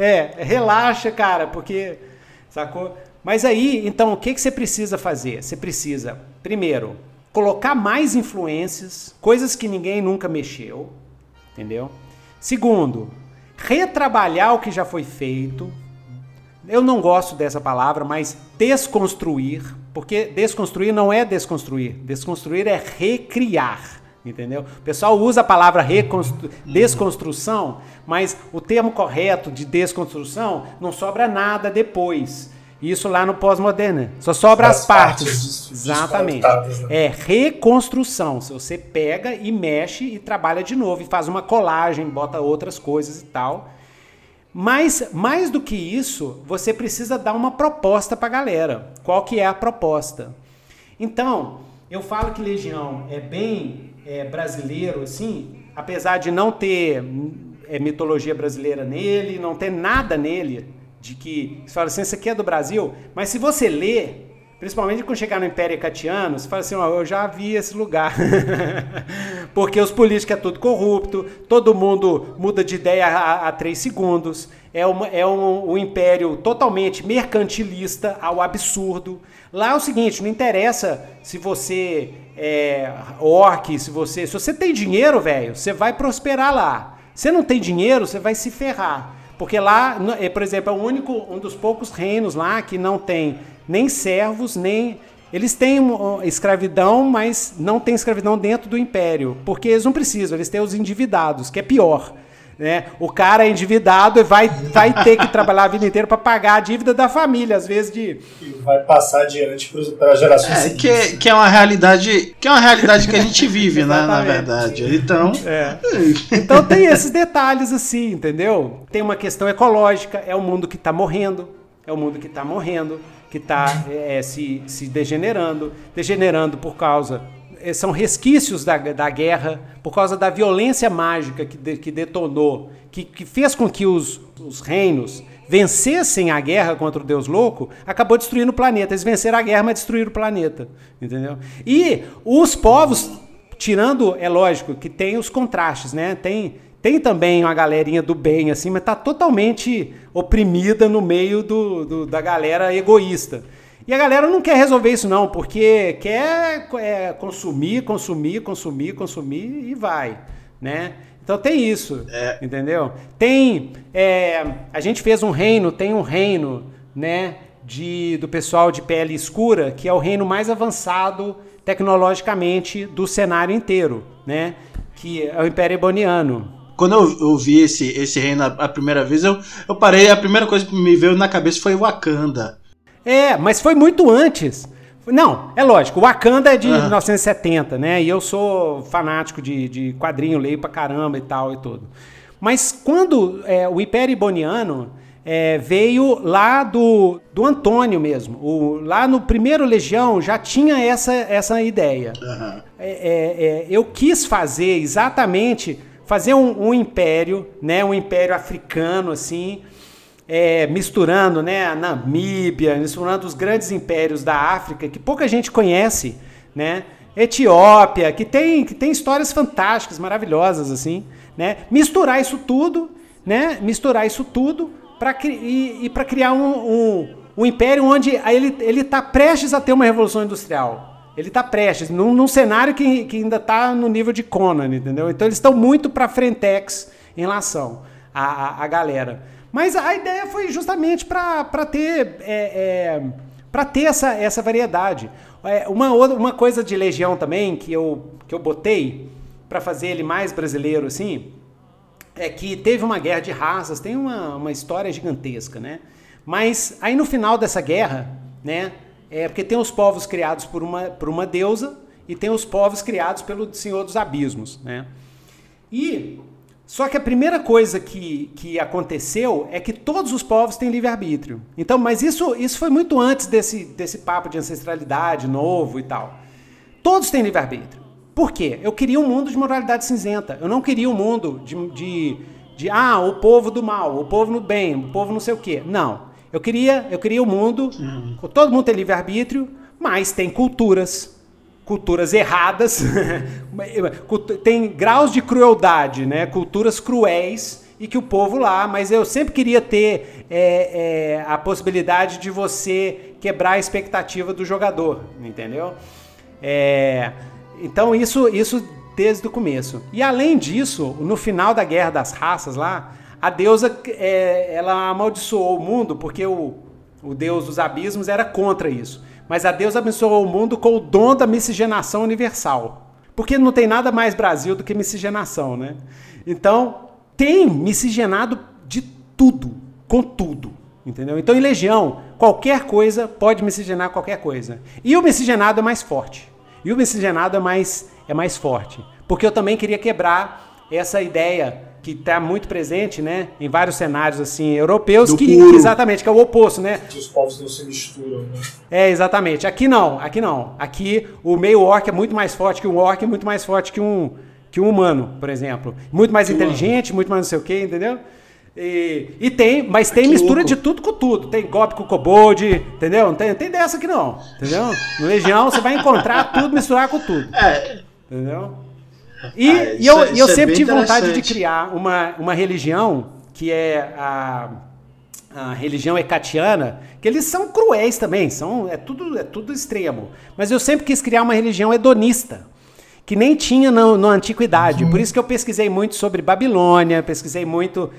Relaxa, cara, porque, sacou? Mas aí, então, o que você precisa fazer? Você precisa, primeiro, colocar mais influências, coisas que ninguém nunca mexeu, entendeu? Segundo, retrabalhar o que já foi feito. Eu não gosto dessa palavra, mas desconstruir, porque desconstruir não é desconstruir. Desconstruir é recriar, entendeu? O pessoal usa a palavra desconstrução, mas o termo correto de desconstrução não sobra nada depois. Isso lá no pós-moderno. Só sobra as partes. Exatamente. Né? É reconstrução. Você pega e mexe e trabalha de novo. E faz uma colagem, bota outras coisas e tal. Mas, mais do que isso, você precisa dar uma proposta pra galera. Qual que é a proposta? Então, eu falo que Legião é bem brasileiro, assim, apesar de não ter mitologia brasileira nele, não ter nada nele, de que você fala assim, isso aqui é do Brasil, mas se você lê, principalmente quando chegar no Império Hecatiano, você fala assim, eu já vi esse lugar. Porque os políticos é tudo corrupto, todo mundo muda de ideia a 3 segundos, um império totalmente mercantilista ao absurdo. Lá é o seguinte, não interessa se você é orc, se você tem dinheiro, velho, você vai prosperar lá. Se não tem dinheiro, você vai se ferrar. Porque lá, por exemplo, é um dos poucos reinos lá que não tem nem servos, nem... Eles têm escravidão, mas não tem escravidão dentro do império. Porque eles não precisam, eles têm os endividados, que é pior. Né? O cara é endividado e vai ter que trabalhar a vida inteira para pagar a dívida da família, às vezes de... E vai passar adiante para gerações seguintes. Que é uma realidade que a gente vive, né, na verdade. Então... Então tem esses detalhes assim, entendeu? Tem uma questão ecológica, é o mundo que está morrendo, que está se degenerando por causa... São resquícios da guerra, por causa da violência mágica que detonou, que fez com que os reinos vencessem a guerra contra o Deus Louco, acabou destruindo o planeta. Eles venceram a guerra, mas destruíram o planeta, entendeu? E os povos, tirando, é lógico, que tem os contrastes, né? Tem também uma galerinha do bem, assim, mas está totalmente oprimida no meio da galera egoísta. E a galera não quer resolver isso não, porque quer consumir e vai, né? Então tem isso, entendeu? A gente fez tem um reino, né, do pessoal de pele escura, que é o reino mais avançado tecnologicamente do cenário inteiro, né? Que é o Império Eboniano. Quando eu vi esse reino a primeira vez, eu parei, a primeira coisa que me veio na cabeça foi Wakanda. Mas foi muito antes. Não, é lógico, o Wakanda é de 1970, né? E eu sou fanático de quadrinho, leio pra caramba e tal e tudo. Mas quando o Império Eboniano, veio lá do Antônio mesmo. Lá no primeiro Legião já tinha essa ideia. Uhum. Eu quis fazer um império, né, um império africano, assim, misturando, né, a Namíbia, misturando os grandes impérios da África, que pouca gente conhece, né, Etiópia, que tem histórias fantásticas, maravilhosas, assim, né, misturar isso tudo para criar um império onde ele está prestes a ter uma revolução industrial. Ele está prestes, num cenário que ainda está no nível de Conan, entendeu? Então eles estão muito para frentex em relação à galera. Mas a ideia foi justamente para ter essa variedade. Uma coisa de Legião também que eu botei para fazer ele mais brasileiro assim, é que teve uma guerra de raças, tem uma história gigantesca, né? Mas aí no final dessa guerra, né? Porque tem os povos criados por uma deusa e tem os povos criados pelo Senhor dos Abismos, né? Só que a primeira coisa que aconteceu é que todos os povos têm livre-arbítrio. Então, mas isso foi muito antes desse papo de ancestralidade novo e tal. Todos têm livre-arbítrio. Por quê? Eu queria um mundo de moralidade cinzenta. Eu não queria um mundo de o povo do mal, o povo no bem, o povo não sei o quê. Não. Eu queria um mundo, todo mundo tem livre-arbítrio, mas tem culturas erradas, tem graus de crueldade, né? Culturas cruéis, e que o povo lá, mas eu sempre queria ter a possibilidade de você quebrar a expectativa do jogador, entendeu? Então isso desde o começo. E além disso, no final da Guerra das Raças lá, a deusa, ela amaldiçoou o mundo porque o deus dos abismos era contra isso. Mas a deusa abençoou o mundo com o dom da miscigenação universal. Porque não tem nada mais Brasil do que miscigenação, né? Então, tem miscigenado de tudo, com tudo, entendeu? Então, em Legião, qualquer coisa pode miscigenar qualquer coisa. E o miscigenado é mais forte. E o miscigenado é mais forte. Porque eu também queria quebrar essa ideia que está muito presente, né, em vários cenários assim europeus, exatamente, que é o oposto, né? Que os povos não se misturam, né? Exatamente. Aqui não. Aqui o meio orc é muito mais forte que um orc, muito mais forte que um humano, por exemplo. Muito mais inteligente, muito mais não sei o quê, entendeu? Mas tem mistura de tudo com tudo. Tem goblin com kobold, entendeu? Não tem dessa aqui não, entendeu? No Legião você vai encontrar tudo, misturar com tudo. Entendeu? Eu sempre tive vontade de criar uma religião que é a religião hecatiana, que eles são cruéis também, é tudo extremo. Mas eu sempre quis criar uma religião hedonista, que nem tinha na antiguidade. Por isso que eu pesquisei muito sobre Babilônia, pesquisei muito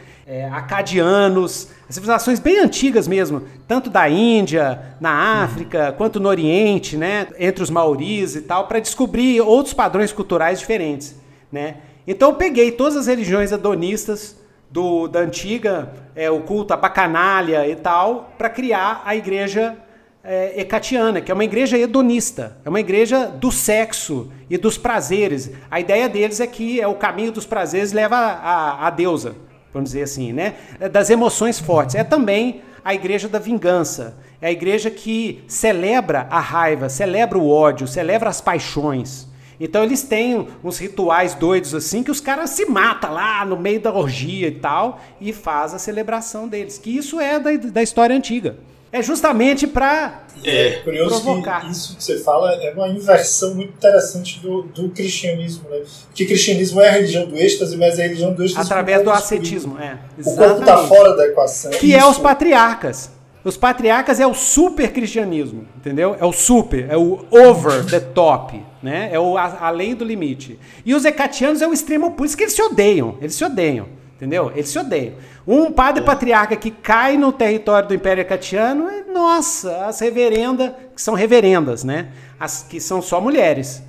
acadianos, civilizações bem antigas mesmo, tanto da Índia, na África, quanto no Oriente, né, entre os maoris e tal, para descobrir outros padrões culturais diferentes, né? Então eu peguei todas as religiões hedonistas da antiga, o culto à bacanalha e tal, para criar a igreja hecatiana, que é uma igreja hedonista, é uma igreja do sexo e dos prazeres. A ideia deles é que o caminho dos prazeres leva à deusa, vamos dizer assim, né? Das emoções fortes. É também a igreja da vingança, é a igreja que celebra a raiva, celebra o ódio, celebra as paixões. Então eles têm uns rituais doidos assim, que os caras se matam lá no meio da orgia e tal, e faz a celebração deles, que isso é da história antiga. É justamente para curioso provocar. Que isso que você fala é uma inversão muito interessante do cristianismo, né? Porque o cristianismo é a religião do êxtase, mas é a religião do êxtase através do ascetismo. O corpo está fora da equação. Que é os patriarcas. Os patriarcas é o super cristianismo, entendeu? É o super, é o over the top, né? É o além do limite. E os hecatianos é o extremo, por isso que eles se odeiam, entendeu? Eles se odeiam. Um padre patriarca que cai no território do Império Hecatiano, nossa, as reverendas, que são reverendas, né? As que são só mulheres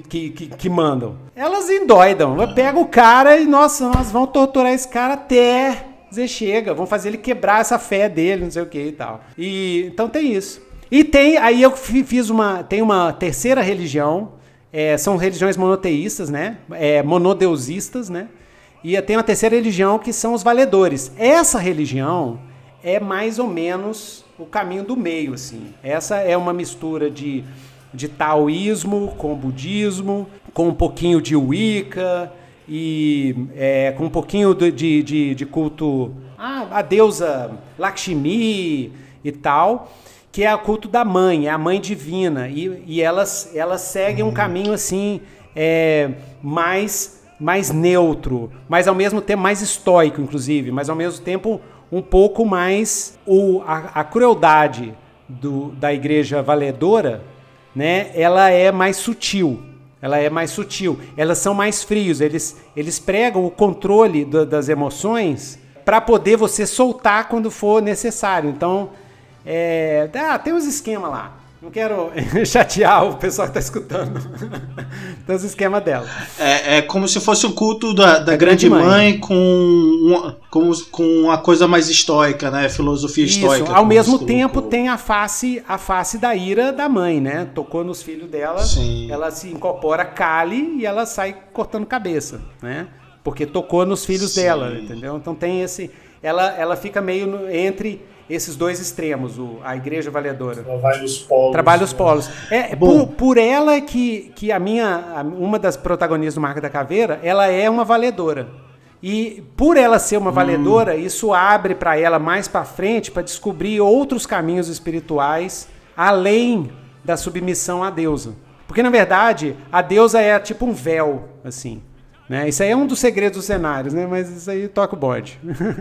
que mandam. Elas endoidam, pega o cara e, nossa, nós vamos torturar esse cara até dizer chega, vamos fazer ele quebrar essa fé dele, não sei o que e tal. Então tem isso. E aí eu tem uma terceira religião, são religiões monoteístas, né? Monodeusistas, né? E tem uma terceira religião que são os valedores. Essa religião é mais ou menos o caminho do meio, assim. Essa é uma mistura de taoísmo com budismo, com um pouquinho de Wicca e com um pouquinho de culto à deusa Lakshmi e tal, que é o culto da mãe, é a mãe divina, e elas seguem um caminho assim mais neutro, mas ao mesmo tempo mais estoico, inclusive, mas ao mesmo tempo um pouco mais a crueldade da igreja valedora, né? Ela é mais sutil. Elas são mais frios. Eles pregam o controle das emoções para poder você soltar quando for necessário. Então, tem uns esquemas lá. Não quero chatear o pessoal que está escutando. Tem os esquemas dela. É como se fosse o culto da grande mãe com uma coisa mais estoica, né? Filosofia estoica. Ao mesmo tempo tem a face da ira da mãe, né? Tocou nos filhos dela, sim. Ela se incorpora Kali e ela sai cortando cabeça, né? Porque tocou nos filhos sim. dela, entendeu? Então tem esse... Ela fica meio entre... esses dois extremos, a igreja valedora. Trabalha os polos. Por ela que uma das protagonistas do Marca da Caveira, ela é uma valedora. E por ela ser uma valedora, isso abre para ela mais para frente para descobrir outros caminhos espirituais além da submissão à deusa. Porque, na verdade, a deusa é tipo um véu, assim. Né? Isso aí é um dos segredos dos cenários, né? Mas isso aí toca o bode.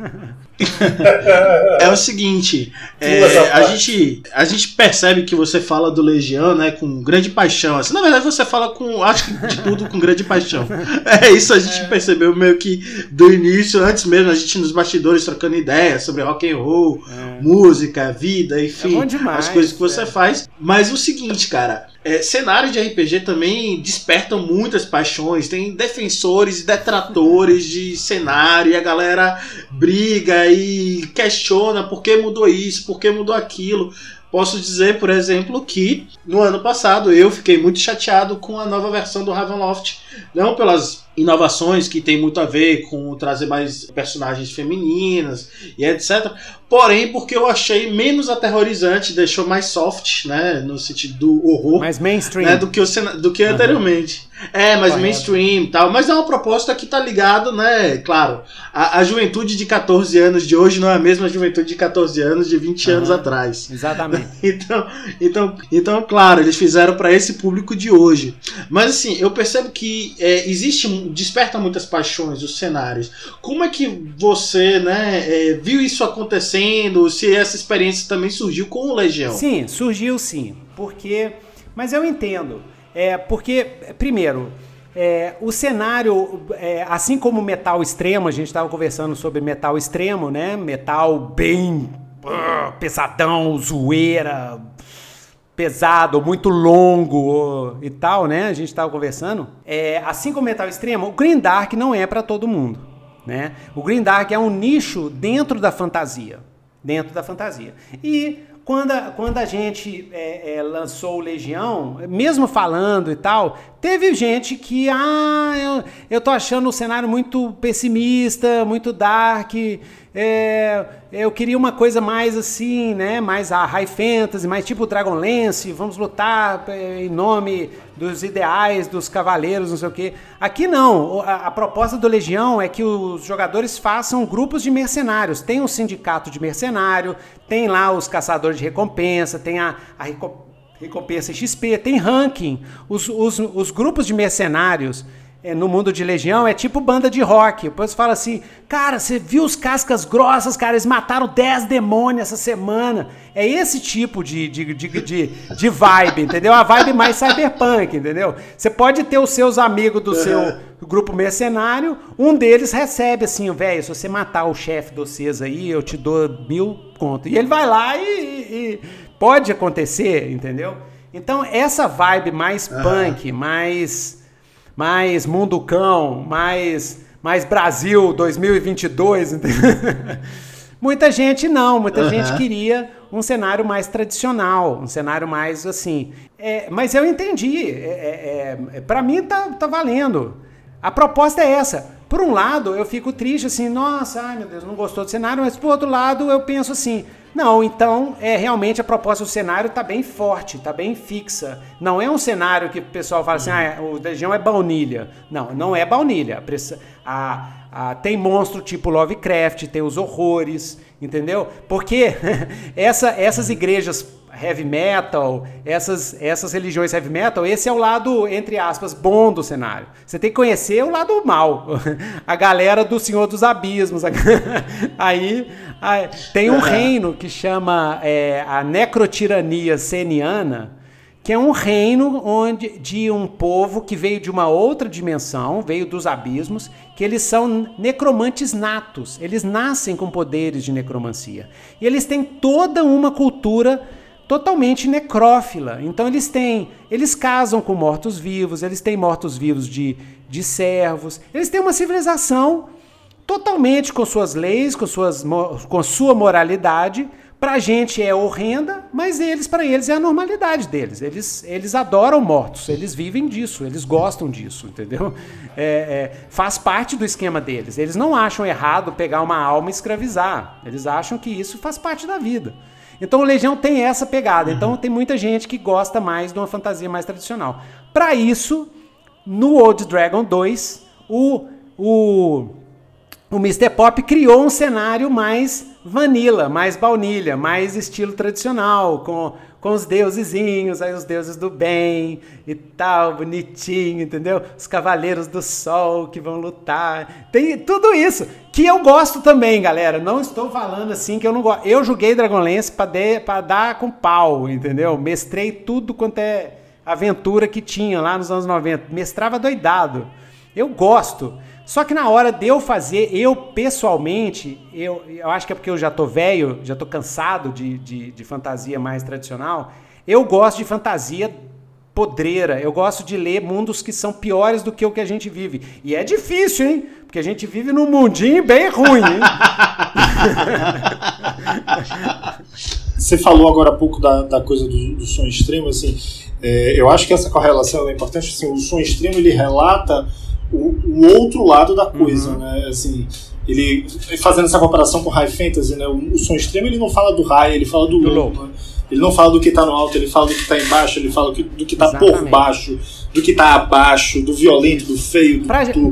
É o seguinte, a gente percebe que você fala do Legião, né, com grande paixão. Assim, na verdade, você fala acho que de tudo com grande paixão. Isso a gente percebeu meio que do início, antes mesmo, a gente nos bastidores trocando ideias sobre rock and roll, música, vida, enfim, bom demais, as coisas que você faz. Mas o seguinte, cara, cenário de RPG também despertam muitas paixões. Tem defensores e detratores de cenário, e a galera briga e questiona por que mudou isso, por que mudou aquilo. Posso dizer, por exemplo, que no ano passado eu fiquei muito chateado com a nova versão do Ravenloft. Não pelas inovações que tem muito a ver com trazer mais personagens femininas e etc. Porém, porque eu achei menos aterrorizante, deixou mais soft, né, no sentido do horror. Mais mainstream. Né, do que anteriormente. Mais mainstream e tal. Mas é uma proposta que tá ligada, né, claro, a juventude de 14 anos de hoje não é a mesma juventude de 14 anos de 20 anos atrás. Exatamente. Então, claro, eles fizeram para esse público de hoje. Mas assim, eu percebo que desperta muitas paixões os cenários. Como é que você, né, viu isso acontecendo? Se essa experiência também surgiu com o Legião? Sim, surgiu sim. Mas eu entendo. Porque, primeiro, o cenário, assim como o metal extremo, a gente estava conversando sobre metal extremo, né? Metal bem pesadão, zoeira, pesado, muito longo e tal, né? A gente estava conversando. Assim como o metal extremo, o Grimdark não é para todo mundo, né? O Grimdark é um nicho dentro da fantasia. E quando a gente lançou o Legião, mesmo falando e tal, teve gente que, eu tô achando o cenário muito pessimista, muito dark, eu queria uma coisa mais assim, né, mais a high fantasy, mais tipo Dragonlance, vamos lutar em nome dos ideais dos cavaleiros, não sei o quê. Aqui não, a proposta do Legião é que os jogadores façam grupos de mercenários. Tem um sindicato de mercenário, tem lá os caçadores de recompensa, tem a recompensa XP, tem ranking. Os grupos de mercenários no mundo de Legião é tipo banda de rock. Depois fala assim, cara, você viu os cascas grossas, cara, eles mataram 10 demônios essa semana. É esse tipo de vibe, entendeu? A vibe mais cyberpunk, entendeu? Você pode ter os seus amigos do seu grupo mercenário, um deles recebe assim, velho, se você matar o chefe de vocês aí, eu te dou 1.000 conto. E ele vai lá e pode acontecer, entendeu? Então, essa vibe mais punk, mais Mundo Cão, mais Brasil 2022, entendeu? Muita gente queria um cenário mais tradicional, um cenário mais assim. Mas eu entendi, para mim tá valendo. A proposta é essa. Por um lado, eu fico triste assim, nossa, ai meu Deus, não gostou do cenário, mas por outro lado, eu penso assim, não, então, realmente a proposta do cenário está bem forte, está bem fixa. Não é um cenário que o pessoal fala assim, o Legião é baunilha. Não, não é baunilha. Tem monstro tipo Lovecraft, tem os horrores, entendeu? Porque essas igrejas heavy metal, essas religiões heavy metal, esse é o lado, entre aspas, bom do cenário. Você tem que conhecer o lado mal. A galera do Senhor dos Abismos. Aí tem um reino que chama a Necrotirania Seniana, que é um reino de um povo que veio de uma outra dimensão, veio dos abismos, que eles são necromantes natos. Eles nascem com poderes de necromancia. E eles têm toda uma cultura totalmente necrófila. Então eles casam com mortos-vivos, eles têm mortos-vivos de servos, eles têm uma civilização totalmente com suas leis, com sua moralidade. Pra gente é horrenda, mas para eles é a normalidade deles. Eles adoram mortos, eles vivem disso, eles gostam disso, entendeu? Faz parte do esquema deles. Eles não acham errado pegar uma alma e escravizar. Eles acham que isso faz parte da vida. Então o Legião tem essa pegada. Então tem muita gente que gosta mais de uma fantasia mais tradicional. Para isso, no Old Dragon 2, o Mr. Pop criou um cenário mais vanilla, mais baunilha, mais estilo tradicional, com os deusezinhos, aí os deuses do bem e tal, bonitinho, entendeu? Os cavaleiros do sol que vão lutar. Tem tudo isso, que eu gosto também, galera. Não estou falando assim que eu não gosto. Eu joguei Dragonlance pra dar com pau, entendeu? Mestrei tudo quanto é aventura que tinha lá nos anos 90. Mestrava doidado. Eu gosto. Só que na hora de eu fazer, eu pessoalmente, eu acho que é porque eu já tô velho, já tô cansado de fantasia mais tradicional, eu gosto de fantasia podreira, eu gosto de ler mundos que são piores do que o que a gente vive. E é difícil, hein? Porque a gente vive num mundinho bem ruim, hein? Você falou agora há pouco da coisa do som extremo, assim, eu acho que essa correlação é importante, assim, o som extremo ele relata o outro lado da coisa, né? Assim, ele fazendo essa comparação com High Fantasy, né? O som extremo ele não fala do high, ele fala do low, né? Ele não fala do que tá no alto, ele fala do que tá embaixo, ele fala do que tá por baixo, do que tá abaixo, do violento, do feio,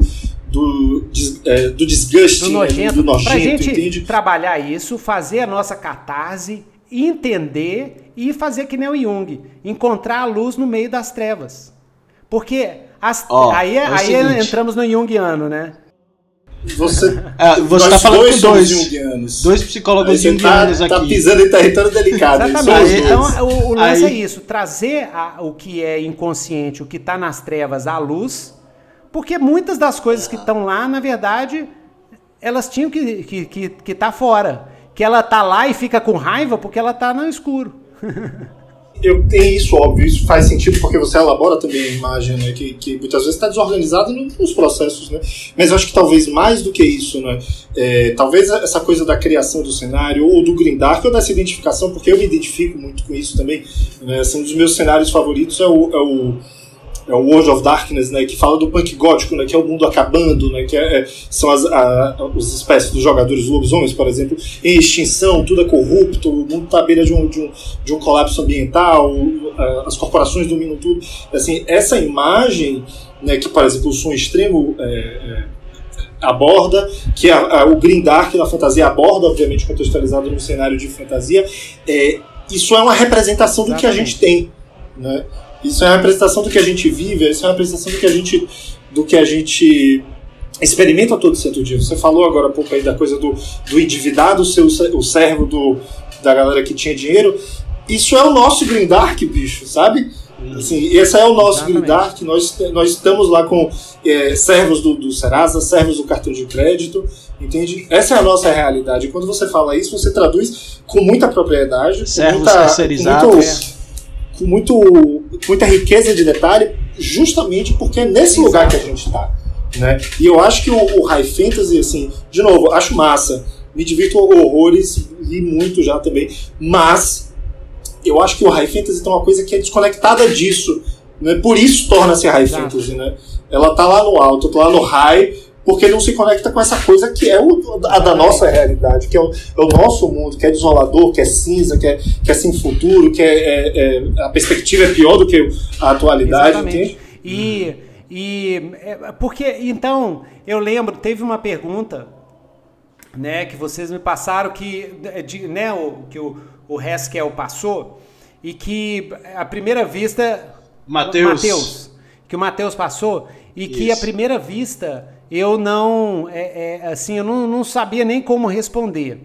do desgaste, do nojento. Do nojento, pra gente entende? Trabalhar isso, fazer a nossa catarse, entender e fazer que nem o Jung, encontrar a luz no meio das trevas. Porque aí entramos no Jungiano, né? Você tá falando com dois psicólogos junguianos aqui. Tá pisando em território delicado. Exatamente. Então o lance é isso, trazer o que é inconsciente, o que está nas trevas à luz, porque muitas das coisas que estão lá, na verdade, elas tinham que estar fora. Que ela tá lá e fica com raiva porque ela tá no escuro. Eu tenho isso, óbvio, isso faz sentido porque você elabora também a imagem, né, que muitas vezes está desorganizado nos processos, né, mas eu acho que talvez mais do que isso, né, talvez essa coisa da criação do cenário ou do grindark ou dessa identificação, porque eu me identifico muito com isso também, né, assim, um dos meus cenários favoritos é o World of Darkness, né, que fala do punk gótico, né, que é o mundo acabando, né, que são as espécies dos jogadores lobisomens, por exemplo, em extinção, tudo é corrupto, o mundo está à beira de um colapso ambiental, as corporações dominam tudo. Assim, essa imagem, né, que, por exemplo, o som extremo aborda, que o grindark na fantasia aborda, obviamente contextualizado no cenário de fantasia, isso é uma representação do que a gente tem, né? Isso é uma representação do que a gente vive, isso é uma representação do que a gente experimenta todo santo dia. Você falou agora há pouco aí da coisa do endividado, o servo da galera que tinha dinheiro. Isso é o nosso grindark, bicho, sabe? Assim, esse é o nosso grindark. Nós estamos lá com servos do Serasa, servos do cartão de crédito, entende? Essa é a nossa realidade. E quando você fala isso, você traduz com muita propriedade, servos terceirizados, com muita riqueza de detalhe, justamente porque é nesse lugar que a gente está, né? E eu acho que o High Fantasy, assim, de novo, acho massa, me divirto horrores, li muito já também, mas eu acho que o High Fantasy tem uma coisa que é desconectada disso, né? Por isso torna-se High Fantasy, né? Ela tá lá no alto, tá lá no high, porque não se conecta com essa coisa que é a da nossa realidade, que é o nosso mundo, que é desolador, que é cinza, que é sem futuro, que a perspectiva é pior do que a atualidade. Exatamente. Porque, então, eu lembro, teve uma pergunta, né, que vocês me passaram, que o Haskell passou, e que à primeira vista... Que o Matheus passou, e isso. Que à primeira vista eu não sabia nem como responder.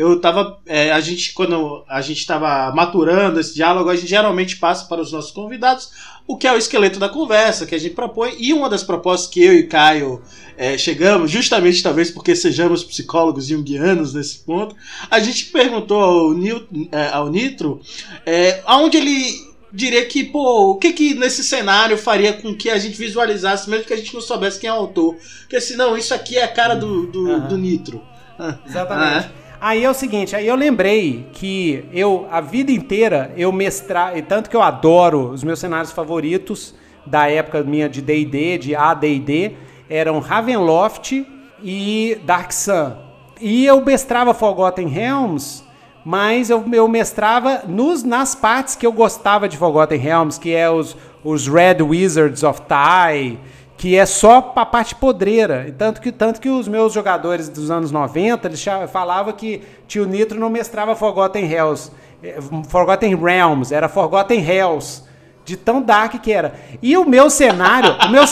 Quando a gente estava maturando esse diálogo, a gente geralmente passa para os nossos convidados o que é o esqueleto da conversa, que a gente propõe, e uma das propostas que eu e Caio chegamos, justamente talvez porque sejamos psicólogos junguianos nesse ponto, a gente perguntou ao Nitro aonde ele diria que, o que nesse cenário faria com que a gente visualizasse, mesmo que a gente não soubesse quem é o autor, porque senão isso aqui é a cara do Nitro. Exatamente. Aí é o seguinte, aí eu lembrei que a vida inteira, tanto que eu adoro os meus cenários favoritos da época minha de D&D, de AD&D, eram Ravenloft e Dark Sun. E eu mestrava Forgotten Realms, mas eu mestrava nas partes que eu gostava de Forgotten Realms, que é os Red Wizards of Tai, que é só a parte podreira. Tanto que os meus jogadores dos anos 90, eles falavam que tio Nitro não mestrava Forgotten Realms, era Forgotten Hells, de tão dark que era. E o meu cenário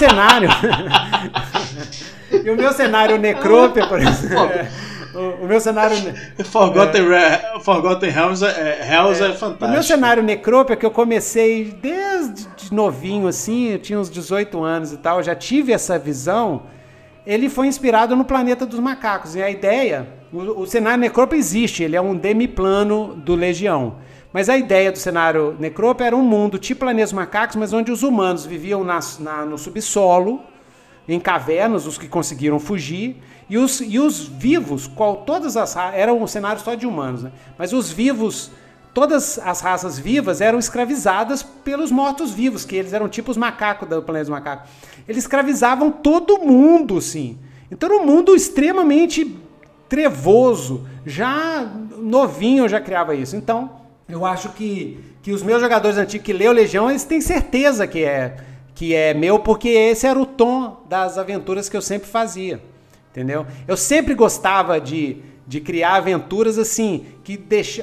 e o meu cenário Necrópia, por exemplo... O meu cenário... Forgotten Hells é fantástico. O meu cenário Necrópia, que eu comecei desde novinho, assim, eu tinha uns 18 anos e tal, eu já tive essa visão, ele foi inspirado no Planeta dos Macacos. E a ideia... O cenário Necrópia existe, ele é um demiplano do Legião. Mas a ideia do cenário Necrópia era um mundo tipo Planeta dos Macacos, mas onde os humanos viviam no subsolo, em cavernas, os que conseguiram fugir, e os vivos, todas as raças, era um cenário só de humanos, né? Mas os vivos, todas as raças vivas eram escravizadas pelos mortos-vivos, que eles eram tipo os macacos do Planeta dos Macacos. Eles escravizavam todo mundo, sim. Então era um mundo extremamente trevoso. Já novinho eu já criava isso. Então, eu acho que os meus jogadores antigos que lêem Legião, eles têm certeza que é meu, porque esse era o tom das aventuras que eu sempre fazia, entendeu? Eu sempre gostava de criar aventuras assim, que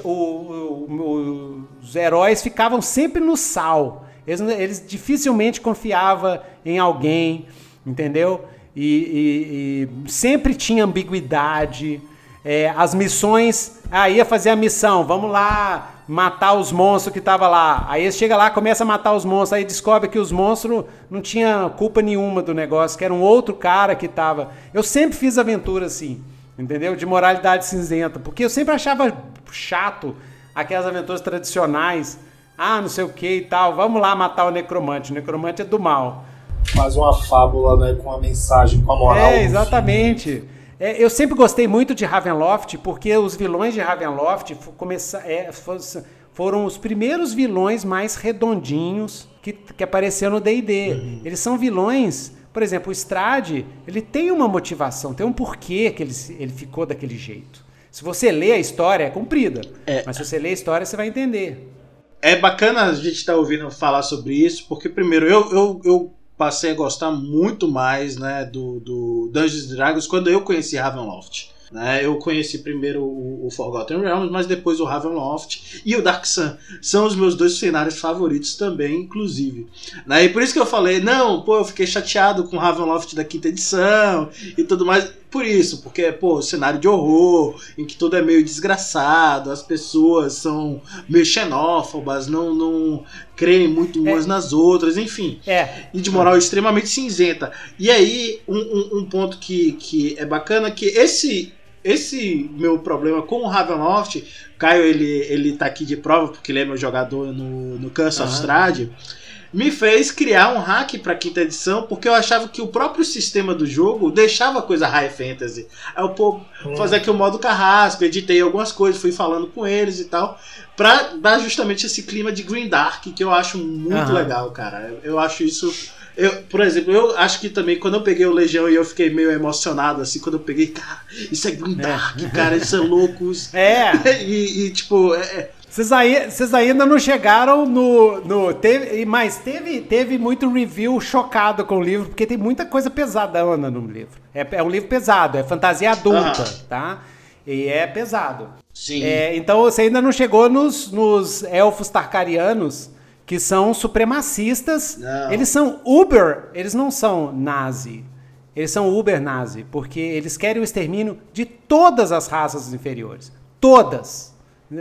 os heróis ficavam sempre no sal, eles dificilmente confiavam em alguém, entendeu? E sempre tinha ambiguidade, as missões, ia fazer a missão, vamos lá, matar os monstros que estavam lá. Aí ele chega lá, começa a matar os monstros, aí descobre que os monstros não tinham culpa nenhuma do negócio, que era um outro cara que estava... Eu sempre fiz aventura assim, entendeu? De moralidade cinzenta, porque eu sempre achava chato aquelas aventuras tradicionais, não sei o que e tal, vamos lá matar o necromante é do mal. Faz uma fábula, né, com a mensagem, com a moral. Exatamente. Eu sempre gostei muito de Ravenloft, porque os vilões de Ravenloft foram os primeiros vilões mais redondinhos que apareceram no D&D. Uhum. Eles são vilões, por exemplo, o Strahd, ele tem uma motivação, tem um porquê que ele ficou daquele jeito. Se você lê a história, é comprida, mas se você lê a história, você vai entender. É bacana a gente estar ouvindo falar sobre isso, porque primeiro eu passei a gostar muito mais, né, do Dungeons & Dragons quando eu conheci Ravenloft. Né? Eu conheci primeiro o Forgotten Realms, mas depois o Ravenloft e o Dark Sun. São os meus dois cenários favoritos também, inclusive. Né? E por isso que eu falei, eu fiquei chateado com o Ravenloft da 5ª edição e tudo mais. Por isso, porque, cenário de horror, em que tudo é meio desgraçado, as pessoas são meio xenófobas, não creem muito umas nas outras, enfim. E de moral extremamente cinzenta. E aí, um ponto que é bacana, que esse meu problema com o Ravenloft, Caio, ele tá aqui de prova, porque ele é meu jogador no Curse of Strahd, me fez criar um hack pra 5ª edição, porque eu achava que o próprio sistema do jogo deixava a coisa high fantasy. Aí eu vou fazer aqui o modo carrasco, editei algumas coisas, fui falando com eles e tal, pra dar justamente esse clima de grimdark, que eu acho muito legal, cara. Eu acho isso Por exemplo, eu acho que também quando eu peguei o Legião e eu fiquei meio emocionado, assim, quando eu peguei, cara, isso é Grim Dark, cara, isso é louco. E tipo... Vocês ainda não chegaram mas teve muito review chocado com o livro, porque tem muita coisa pesadona no livro. É um livro pesado, é fantasia adulta, tá? E é pesado. Sim. Então você ainda não chegou nos elfos tarkarianos, que são supremacistas. Não. Eles não são nazi. Eles são uber-nazi, porque eles querem o extermínio de todas as raças inferiores. Todas.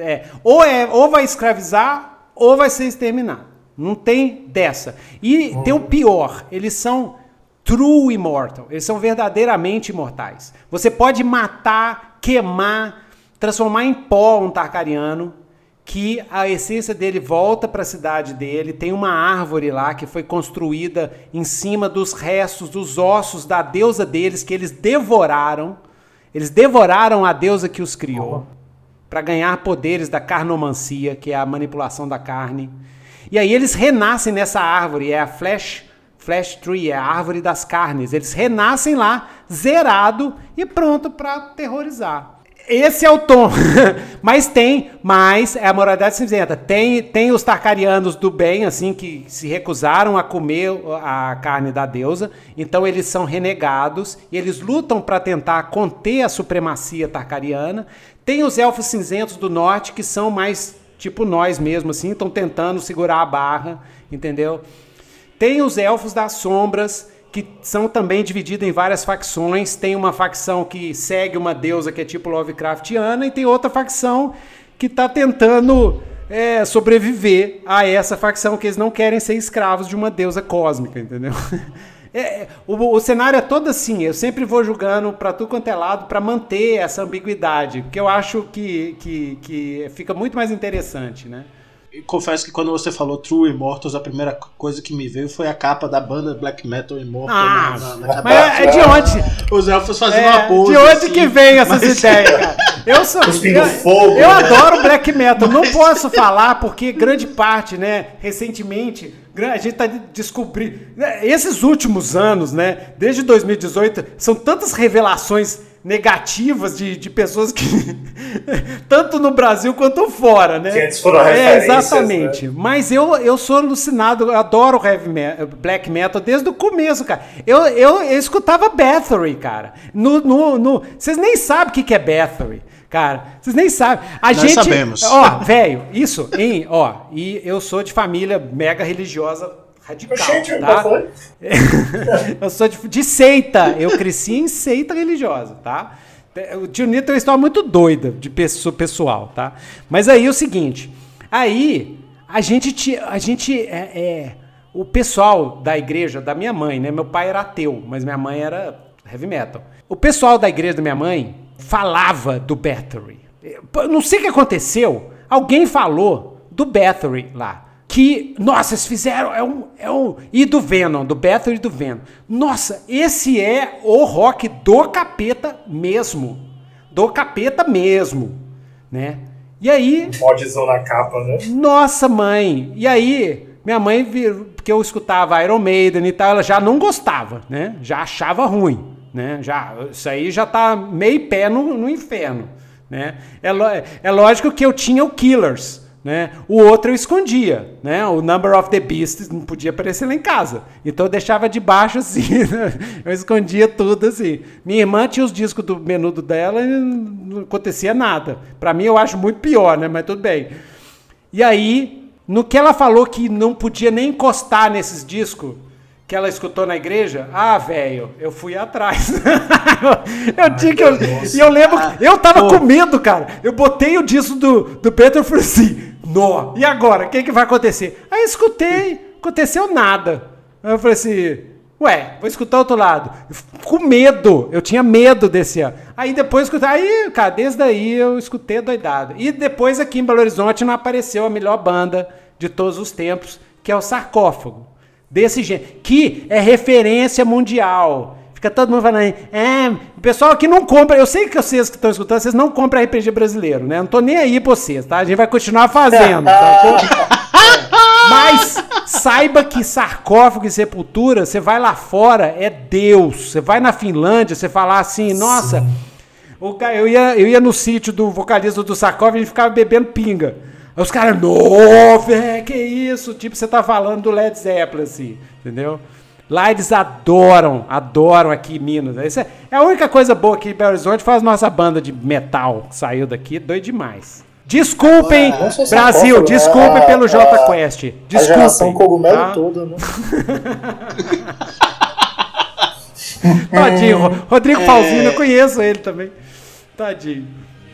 Ou vai escravizar, ou vai ser exterminado. Não tem dessa. E tem o pior, eles são true immortal. Eles são verdadeiramente imortais. Você pode matar, queimar, transformar em pó um tarkariano, que a essência dele volta para a cidade dele. Tem uma árvore lá que foi construída em cima dos restos, dos ossos da deusa deles, que eles devoraram. Eles devoraram a deusa que os criou, para ganhar poderes da carnomancia, que é a manipulação da carne. E aí eles renascem nessa árvore, é a Flesh Tree, é a árvore das carnes. Eles renascem lá, zerado e pronto para terrorizar. Esse é o tom. Mas é a moralidade cinzenta. Tem os tarkarianos do bem, assim, que se recusaram a comer a carne da deusa. Então eles são renegados e eles lutam para tentar conter a supremacia tarkariana. Tem os elfos cinzentos do norte, que são mais tipo nós mesmo, assim, estão tentando segurar a barra, entendeu? Tem os elfos das sombras, que são também divididos em várias facções. Tem uma facção que segue uma deusa que é tipo Lovecraftiana, e tem outra facção que está tentando sobreviver a essa facção, que eles não querem ser escravos de uma deusa cósmica, entendeu? O cenário é todo assim. Eu sempre vou julgando para tudo quanto é lado para manter essa ambiguidade, porque eu acho que fica muito mais interessante, né? Eu confesso que quando você falou True Immortals, a primeira coisa que me veio foi a capa da banda Black Metal Immortal. Na mas é de onde? Os elfos fazendo uma pose. De onde assim, que vem essas ideias, cara? Eu adoro Black Metal. Não posso falar porque grande parte, né, recentemente, a gente tá descobrindo... Esses últimos anos, né, desde 2018, são tantas revelações negativas de pessoas que tanto no Brasil quanto fora, né? Que antes foram referências, exatamente. Né? Mas eu sou alucinado, eu adoro black metal desde o começo, cara. Eu escutava Bathory, cara. Vocês nem sabem o que é Bathory, cara. Vocês nem sabem. Nós sabemos. Ó, velho, isso, hein? Ó, e eu sou de família mega religiosa radical, tá? Eu sou de seita. Eu cresci em seita religiosa, tá? O tio Nito tem uma história muito doida de pessoal, tá? Mas aí é o seguinte, aí o pessoal da igreja da minha mãe, né? Meu pai era ateu, mas minha mãe era heavy metal. O pessoal da igreja da minha mãe falava do Bathory. Não sei o que aconteceu, alguém falou do Bathory lá. Que, nossa, eles fizeram, e do Venom, do Bathory e do Venom. Nossa, esse é o rock do capeta mesmo. Do capeta mesmo, né? E aí... Um modzão na capa, né? Nossa, mãe. E aí, minha mãe, porque eu escutava Iron Maiden e tal, ela já não gostava, né? Já achava ruim, né? Isso aí já tá meio pé no inferno, né? É lógico que eu tinha o Killers, né? O outro eu escondia, né? O Number of the Beast não podia aparecer lá em casa, então eu deixava debaixo assim, né? Eu escondia tudo assim. Minha irmã tinha os discos do menudo dela e não acontecia nada. Pra mim eu acho muito pior, né? Mas tudo bem. E aí, no que ela falou que não podia nem encostar nesses discos que ela escutou na igreja, velho, eu fui atrás. Eu tinha que... E eu lembro, eu tava com medo, cara. Eu botei o disco do Pedro e falei assim, nó, e agora? O que vai acontecer? Aí eu escutei, aconteceu nada. Aí eu falei assim, vou escutar o outro lado. Com medo, eu tinha medo desse ano. Aí depois, cara, desde aí eu escutei doidado. E depois aqui em Belo Horizonte não apareceu a melhor banda de todos os tempos, que é o Sarcófago. Desse jeito, que é referência mundial. Fica todo mundo falando, o pessoal aqui não compra, eu sei que vocês que estão escutando, vocês não compram RPG brasileiro, né? Não tô nem aí pra vocês, tá? A gente vai continuar fazendo, tá? Mas Saiba que sarcófago e sepultura, você vai lá fora, é Deus. Você vai na Finlândia, você fala assim, nossa, eu ia no sítio do vocalista do sarcófago e a gente ficava bebendo pinga. Aí os caras, velho, que isso? Tipo, você tá falando do Led Zeppelin, assim, entendeu? Lá eles adoram aqui em Minas. Essa é a única coisa boa aqui em Belo Horizonte, foi a nossa banda de metal que saiu daqui, doido demais. Desculpem, Brasil, desculpem pelo Jota Quest. Desculpem. A geração cogumelo toda, né? Tadinho, Rodrigo Falzino, eu conheço ele também. Tadinho.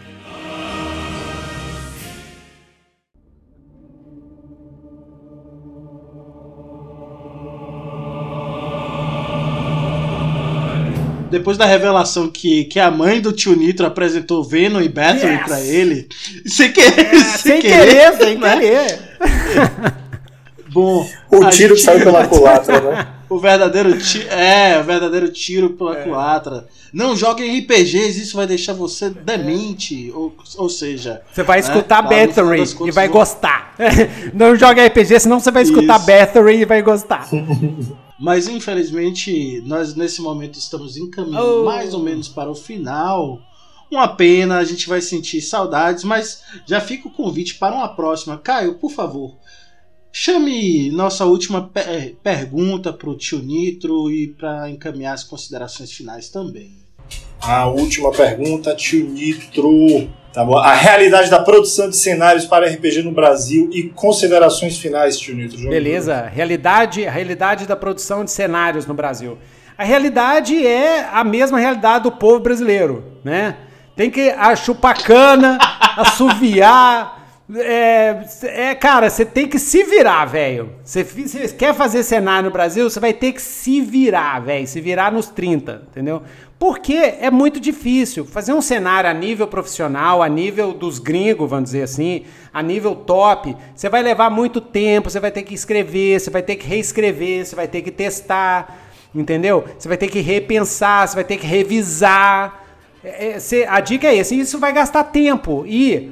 Depois da revelação que a mãe do tio Nitro apresentou Venom e Battery pra ele, sem querer, sem querer. Bom, o tiro que saiu pela culatra, né? O verdadeiro tiro pela culatra. Não jogue em RPGs, isso vai deixar você demente. Ou seja... Você vai escutar Battery e vai gostar. Não jogue RPG, senão você vai escutar Battery e vai gostar. Mas infelizmente nós nesse momento estamos encaminhando mais ou menos para o final. Uma pena, a gente vai sentir saudades, mas já fica o convite para uma próxima. Caio, por favor, chame nossa última pergunta para o tio Nitro e para encaminhar as considerações finais também. A última pergunta, tio Nitro. Tá bom. A realidade da produção de cenários para RPG no Brasil e considerações finais, tio Nitro. Beleza, a realidade da produção de cenários no Brasil. A realidade é a mesma realidade do povo brasileiro, né? Tem que chupar cana, assoviar. Cara, você tem que se virar, velho. Você quer fazer cenário no Brasil, você vai ter que se virar, velho. Se virar nos 30, entendeu? Porque é muito difícil fazer um cenário a nível profissional, a nível dos gringos, vamos dizer assim, a nível top. Você vai levar muito tempo, você vai ter que escrever, você vai ter que reescrever, você vai ter que testar, entendeu? Você vai ter que repensar, você vai ter que revisar. A dica é essa, isso vai gastar tempo. E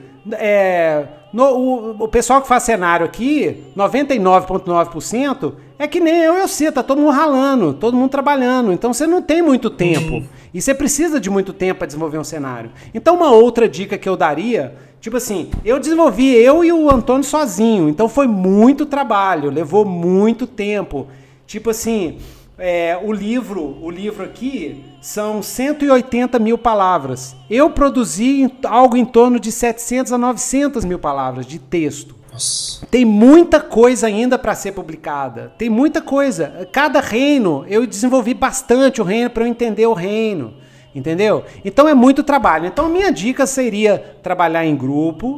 o pessoal que faz cenário aqui, 99,9%, é que nem eu e você, tá todo mundo ralando, todo mundo trabalhando, então você não tem muito tempo, e você precisa de muito tempo para desenvolver um cenário. Então uma outra dica que eu daria, tipo assim, eu desenvolvi eu e o Antônio sozinho, então foi muito trabalho, levou muito tempo, tipo assim, o livro aqui são 180 mil palavras. Eu produzi algo em torno de 700 a 900 mil palavras de texto. Nossa. Tem muita coisa ainda para ser publicada. Tem muita coisa. Cada reino, eu desenvolvi bastante o reino para eu entender o reino. Entendeu? Então é muito trabalho. Então a minha dica seria trabalhar em grupo,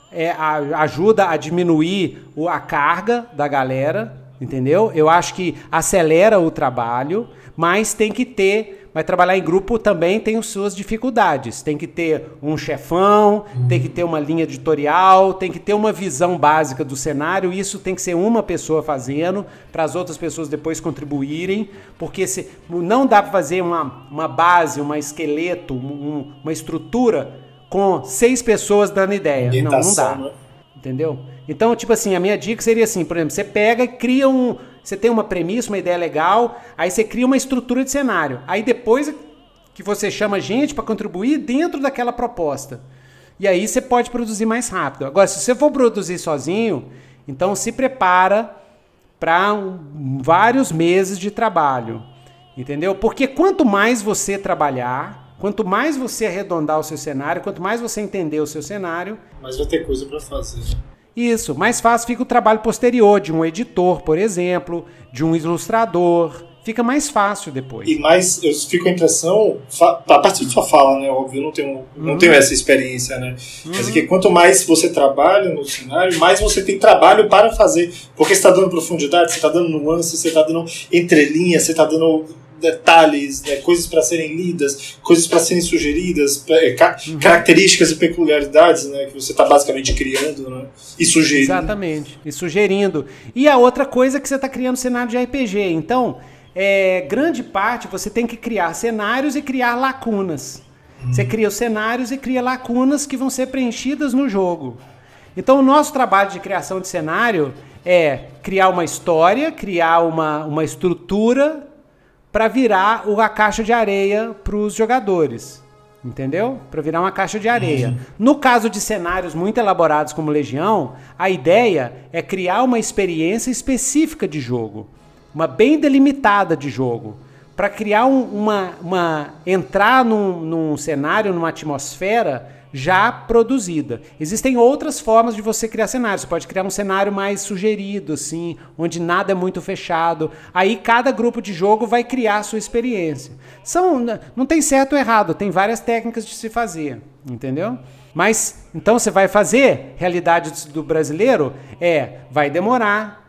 ajuda a diminuir a carga da galera. Entendeu? Eu acho que acelera o trabalho, mas vai trabalhar em grupo também tem as suas dificuldades. Tem que ter um chefão, tem que ter uma linha editorial, tem que ter uma visão básica do cenário. Isso tem que ser uma pessoa fazendo, para as outras pessoas depois contribuírem, porque não dá para fazer uma base, um esqueleto, uma estrutura com 6 pessoas dando ideia. Não dá. Né? Entendeu? Então, tipo assim, a minha dica seria assim, por exemplo, você pega e cria você tem uma premissa, uma ideia legal, aí você cria uma estrutura de cenário. Aí depois que você chama gente para contribuir dentro daquela proposta. E aí você pode produzir mais rápido. Agora, se você for produzir sozinho, então se prepara para vários meses de trabalho. Entendeu? Porque quanto mais você trabalhar, quanto mais você arredondar o seu cenário, quanto mais você entender o seu cenário... mais vai ter coisa para fazer. Isso, mais fácil fica o trabalho posterior de um editor, por exemplo, de um ilustrador. Fica mais fácil depois. E mais, eu fico com a impressão, a partir de sua fala, né? Óbvio, eu não tenho essa experiência, né? Quer dizer que quanto mais você trabalha no cenário, mais você tem trabalho para fazer. Porque você está dando profundidade, você está dando nuances, você está dando entrelinhas, você está dando detalhes, né, coisas para serem lidas, coisas para serem sugeridas, características e peculiaridades, né, que você está basicamente criando, né, e sugerindo. Exatamente, e sugerindo. E a outra coisa é que você está criando cenário de RPG. Então, grande parte você tem que criar cenários e criar lacunas. Você cria os cenários e cria lacunas que vão ser preenchidas no jogo. Então, o nosso trabalho de criação de cenário é criar uma história, criar uma estrutura para virar a caixa de areia para os jogadores. Entendeu? Para virar uma caixa de areia. No caso de cenários muito elaborados como Legião, a ideia é criar uma experiência específica de jogo. Uma bem delimitada de jogo. Para criar entrar num cenário, numa atmosfera já produzida. Existem outras formas de você criar cenários. Você pode criar um cenário mais sugerido, assim, onde nada é muito fechado. Aí cada grupo de jogo vai criar a sua experiência. Não tem certo ou errado, tem várias técnicas de se fazer, entendeu? Mas, então você vai fazer realidade do brasileiro? Vai demorar,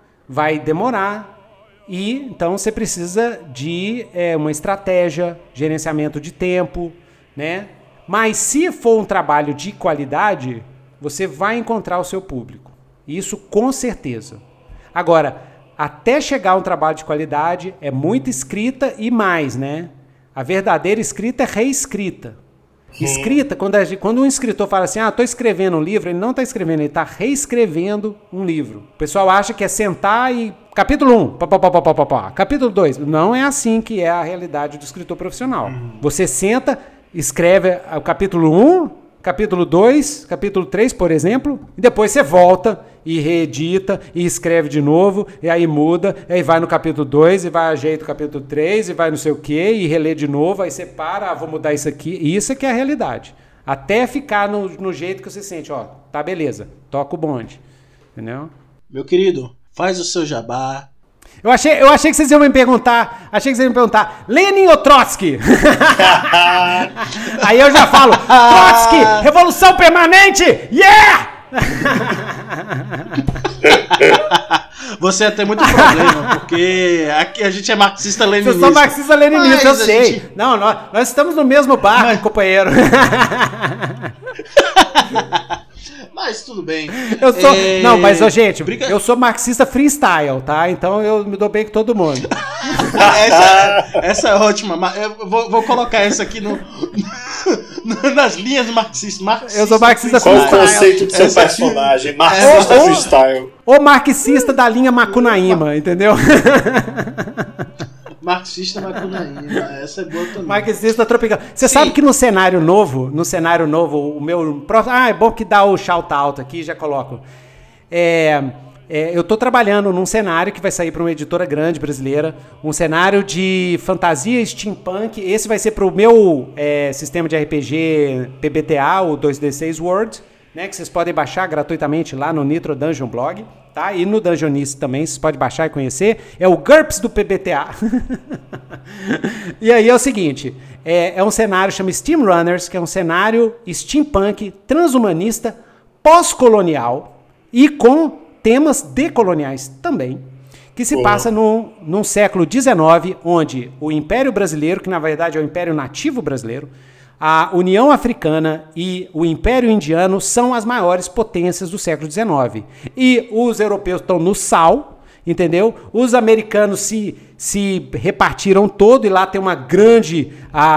e então você precisa de uma estratégia, gerenciamento de tempo, né? Mas se for um trabalho de qualidade, você vai encontrar o seu público. Isso com certeza. Agora, até chegar a um trabalho de qualidade, é muita escrita e mais, né? A verdadeira escrita é reescrita. Escrita, quando um escritor fala assim, estou escrevendo um livro, ele não está escrevendo, ele está reescrevendo um livro. O pessoal acha que é sentar e... Capítulo 1, capítulo 2. Não é assim que é a realidade do escritor profissional. Você senta... Escreve o capítulo 1, capítulo 2, capítulo 3, por exemplo, e depois você volta e reedita e escreve de novo, e aí muda, e aí vai no capítulo 2, e vai ajeita o capítulo 3, e vai não sei o quê, e relê de novo, aí você para, vou mudar isso aqui. Isso é que é a realidade. Até ficar no jeito que você sente, tá beleza, toca o bonde. Entendeu? Meu querido, faz o seu jabá. Eu achei que vocês iam me perguntar. Lenin ou Trotsky? Aí eu já falo, Trotsky, revolução permanente! Yeah! Você ia ter muito problema, porque aqui a gente é marxista-leninista. Eu sou marxista-leninista, eu sei. Gente... Não, nós estamos no mesmo barco, companheiro. Mas tudo bem. Eu sou... Não, mas, gente, eu sou marxista freestyle, tá? Então eu me dou bem com todo mundo. essa é ótima. Eu vou colocar essa aqui nas linhas marxistas. Eu sou marxista freestyle. Qual o conceito do seu personagem? Marxista freestyle. Ou marxista da linha Macunaíma, entendeu? Marxista Macunaíma, essa é boa também. Marxista tropical. Você sabe que no cenário novo, o meu... é bom que dá o shout-out aqui, já coloco. Eu tô trabalhando num cenário que vai sair para uma editora grande brasileira, um cenário de fantasia steampunk. Esse vai ser para o meu sistema de RPG PBTA, o 2D6 World, né, que vocês podem baixar gratuitamente lá no Nitro Dungeon Blog. Tá? E no Dungeonist também, vocês podem baixar e conhecer. É o GURPS do PBTA. E aí é o seguinte, é um cenário chama Steam Runners, que é um cenário steampunk, transhumanista, pós-colonial e com temas decoloniais também, que se passa num século XIX, onde o Império Brasileiro, que na verdade é o Império Nativo Brasileiro, a União Africana e o Império Indiano são as maiores potências do século XIX. E os europeus estão no sal, entendeu? Os americanos se repartiram todo e lá tem uma grande...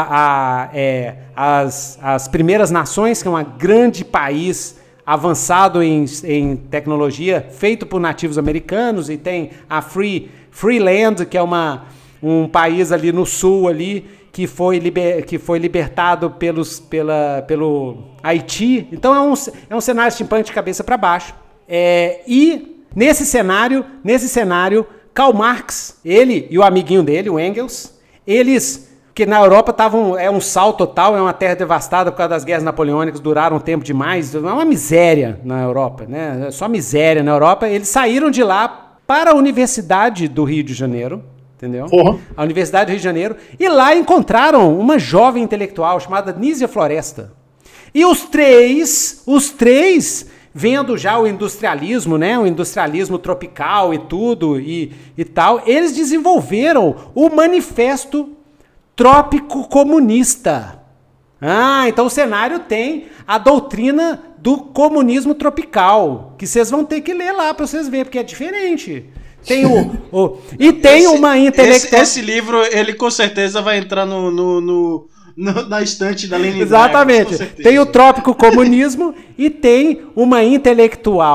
as primeiras nações, que é um grande país avançado em tecnologia, feito por nativos americanos, e tem a Freeland, que é um país ali no sul ali, que foi libertado pelo Haiti. Então é um cenário steampunk de cabeça para baixo. E nesse cenário, Karl Marx, ele e o amiguinho dele, o Engels, eles, que na Europa é um sal total, é uma terra devastada por causa das guerras napoleônicas, duraram um tempo demais, é uma miséria na Europa, né? É só miséria na Europa. Eles saíram de lá para a Universidade do Rio de Janeiro, entendeu? A Universidade do Rio de Janeiro, e lá encontraram uma jovem intelectual chamada Nízia Floresta. E os três, vendo já o industrialismo, né, o industrialismo tropical e tudo e tal, eles desenvolveram o Manifesto Trópico Comunista. Então o cenário tem a doutrina do comunismo tropical, que vocês vão ter que ler lá para vocês verem, porque é diferente. Tem uma intelectual... Esse livro, ele com certeza vai entrar na estante da Lenin. Exatamente. Tem o Trópico Comunismo e tem uma intelectual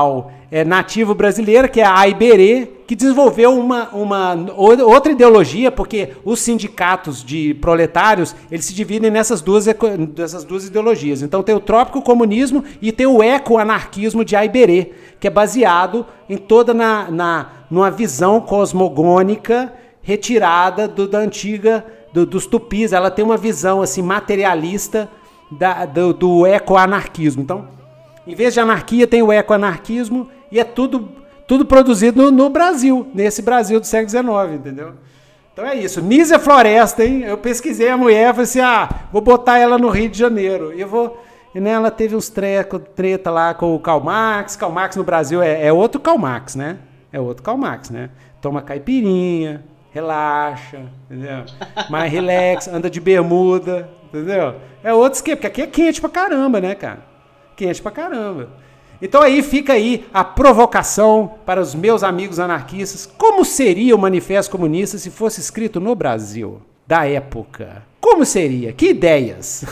nativo brasileira, que é a Iberê, que desenvolveu uma outra ideologia, porque os sindicatos de proletários, eles se dividem nessas duas ideologias. Então tem o trópico comunismo e tem o eco-anarquismo de Iberê, que é baseado em toda numa visão cosmogônica retirada da antiga, dos tupis. Ela tem uma visão assim materialista do eco-anarquismo. Então, em vez de anarquia, tem o eco-anarquismo e é tudo produzido no Brasil, nesse Brasil do século XIX, entendeu? Então é isso. Nízia Floresta, hein? Eu pesquisei a mulher, falei assim, vou botar ela no Rio de Janeiro. E né, ela teve uns treta lá com o Karl Marx. Karl Marx no Brasil é outro Karl Marx, né? É outro Karl Marx, né? Toma caipirinha, relaxa, entendeu? Mais relax, anda de bermuda, entendeu? É outro esquema, porque aqui é quente pra caramba, né, cara? Quente pra caramba. Então aí fica aí a provocação para os meus amigos anarquistas. Como seria o Manifesto Comunista se fosse escrito no Brasil da época? Como seria? Que ideias?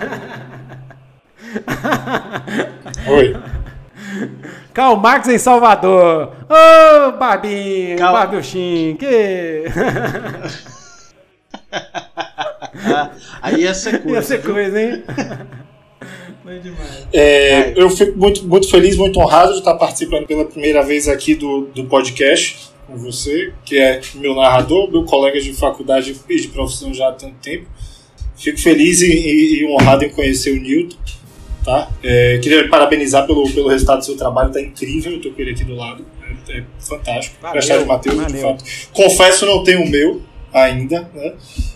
Oi. Karl Marx em Salvador. Ô, Barbinho, Barbiuchinho, que... Aí ia ser coisa. Ia ser coisa, hein? Eu fico muito feliz, muito honrado de estar participando pela primeira vez aqui do podcast com você, que é meu narrador, meu colega de faculdade e de profissão já há tanto tempo. Fico feliz e honrado em conhecer o Newton. Tá? Queria parabenizar pelo resultado do seu trabalho, tá incrível, eu tô com ele aqui do lado, é fantástico. Prestar de Mateus, de fato. Confesso, não tenho o meu ainda, né?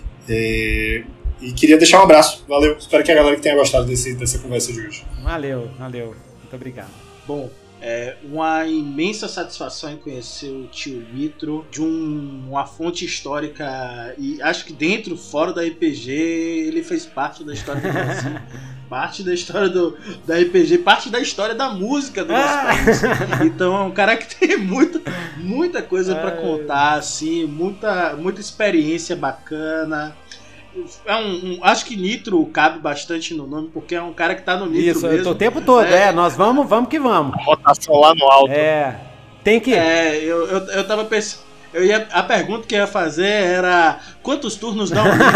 E queria deixar um abraço, valeu, espero que a galera tenha gostado dessa conversa de hoje. Valeu, muito obrigado. Bom, uma imensa satisfação em conhecer o tio Nitro, de uma fonte histórica, e acho que dentro, fora da RPG, ele fez parte da história do Brasil. Parte da história da RPG, parte da história da música do nosso país. Então é um cara que tem muita coisa para contar, assim, muita experiência bacana. Acho que Nitro cabe bastante no nome, porque é um cara que tá no Nitro isso, mesmo. O tempo todo, nós vamos que vamos. A rotação lá no alto. Tem que... Eu tava pensando... A pergunta que eu ia fazer era: quantos turnos dá um Nitro?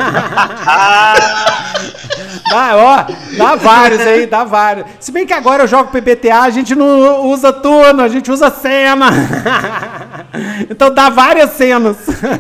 Dá vários aí, dá vários. Se bem que agora eu jogo PBTA, a gente não usa turno, a gente usa cena. Então dá várias cenas.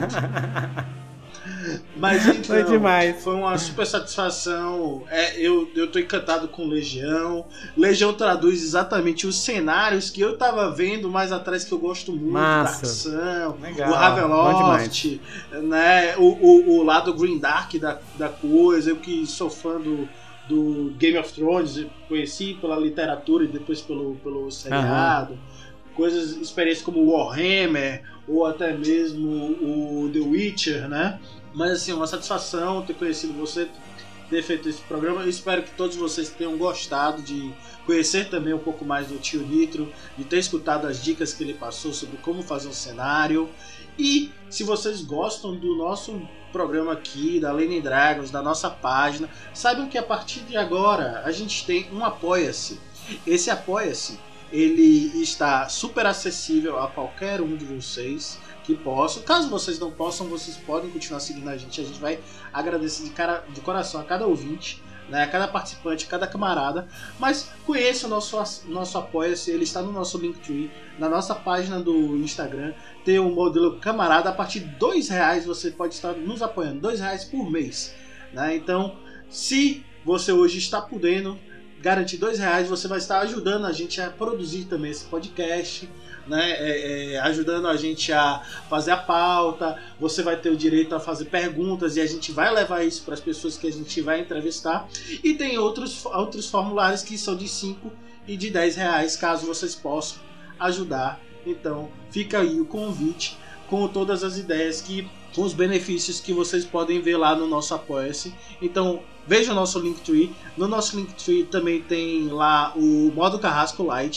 Mas então, foi demais. Foi uma super satisfação. Eu tô encantado com Legião. Legião traduz exatamente os cenários que eu tava vendo mais atrás, que eu gosto muito. Massa. Da ação, legal. O Ravenloft, né? O lado Green Dark da coisa. Eu que sou fã do Game of Thrones, conheci pela literatura e depois pelo seriado. Experiências como Warhammer ou até mesmo o The Witcher, né? Mas assim, uma satisfação ter conhecido você, ter feito esse programa. Eu espero que todos vocês tenham gostado de conhecer também um pouco mais do tio Nitro, de ter escutado as dicas que ele passou sobre como fazer um cenário. E se vocês gostam do nosso programa aqui, da Lane Dragons, da nossa página, saibam que a partir de agora a gente tem um Apoia-se. Esse Apoia-se, ele está super acessível a qualquer um de vocês que possam. Caso vocês não possam, vocês podem continuar seguindo a gente vai agradecer de coração a cada ouvinte, né, a cada participante, a cada camarada. Mas conheça o nosso Apoia-se, ele está no nosso Linktree, na nossa página do Instagram. Tem o modelo camarada, a partir de R$2 você pode estar nos apoiando, R$2 por mês, né? Então, se você hoje está podendo garantir R$2, você vai estar ajudando a gente a produzir também esse podcast, né? Ajudando a gente a fazer a pauta. Você vai ter o direito a fazer perguntas e a gente vai levar isso para as pessoas que a gente vai entrevistar. E tem outros formulários que são de 5 e de R$10, caso vocês possam ajudar. Então fica aí o convite com todas as ideias, com os benefícios que vocês podem ver lá no nosso Apoia-se. Então veja o nosso Linktree. No nosso Linktree também tem lá o modo Carrasco Lite,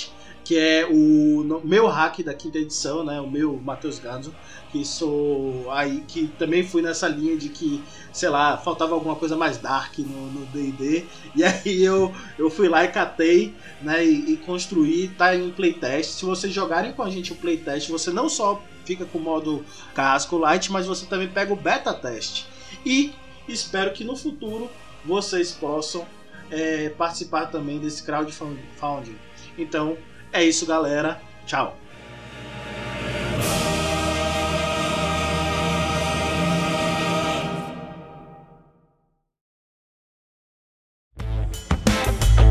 que é o meu hack da 5ª edição, né? O meu Matheus Ganzo, que sou aí, que também fui nessa linha de que, sei lá, faltava alguma coisa mais dark no D&D, e aí eu fui lá e catei, né, e construí, tá em playtest. Se vocês jogarem com a gente o playtest, você não só fica com o modo Carrasco Light, mas você também pega o beta teste. E espero que no futuro vocês possam participar também desse crowdfunding. Então, é isso, galera. Tchau.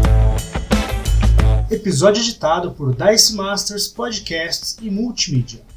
Episódio editado por Dice Masters Podcasts e Multimídia.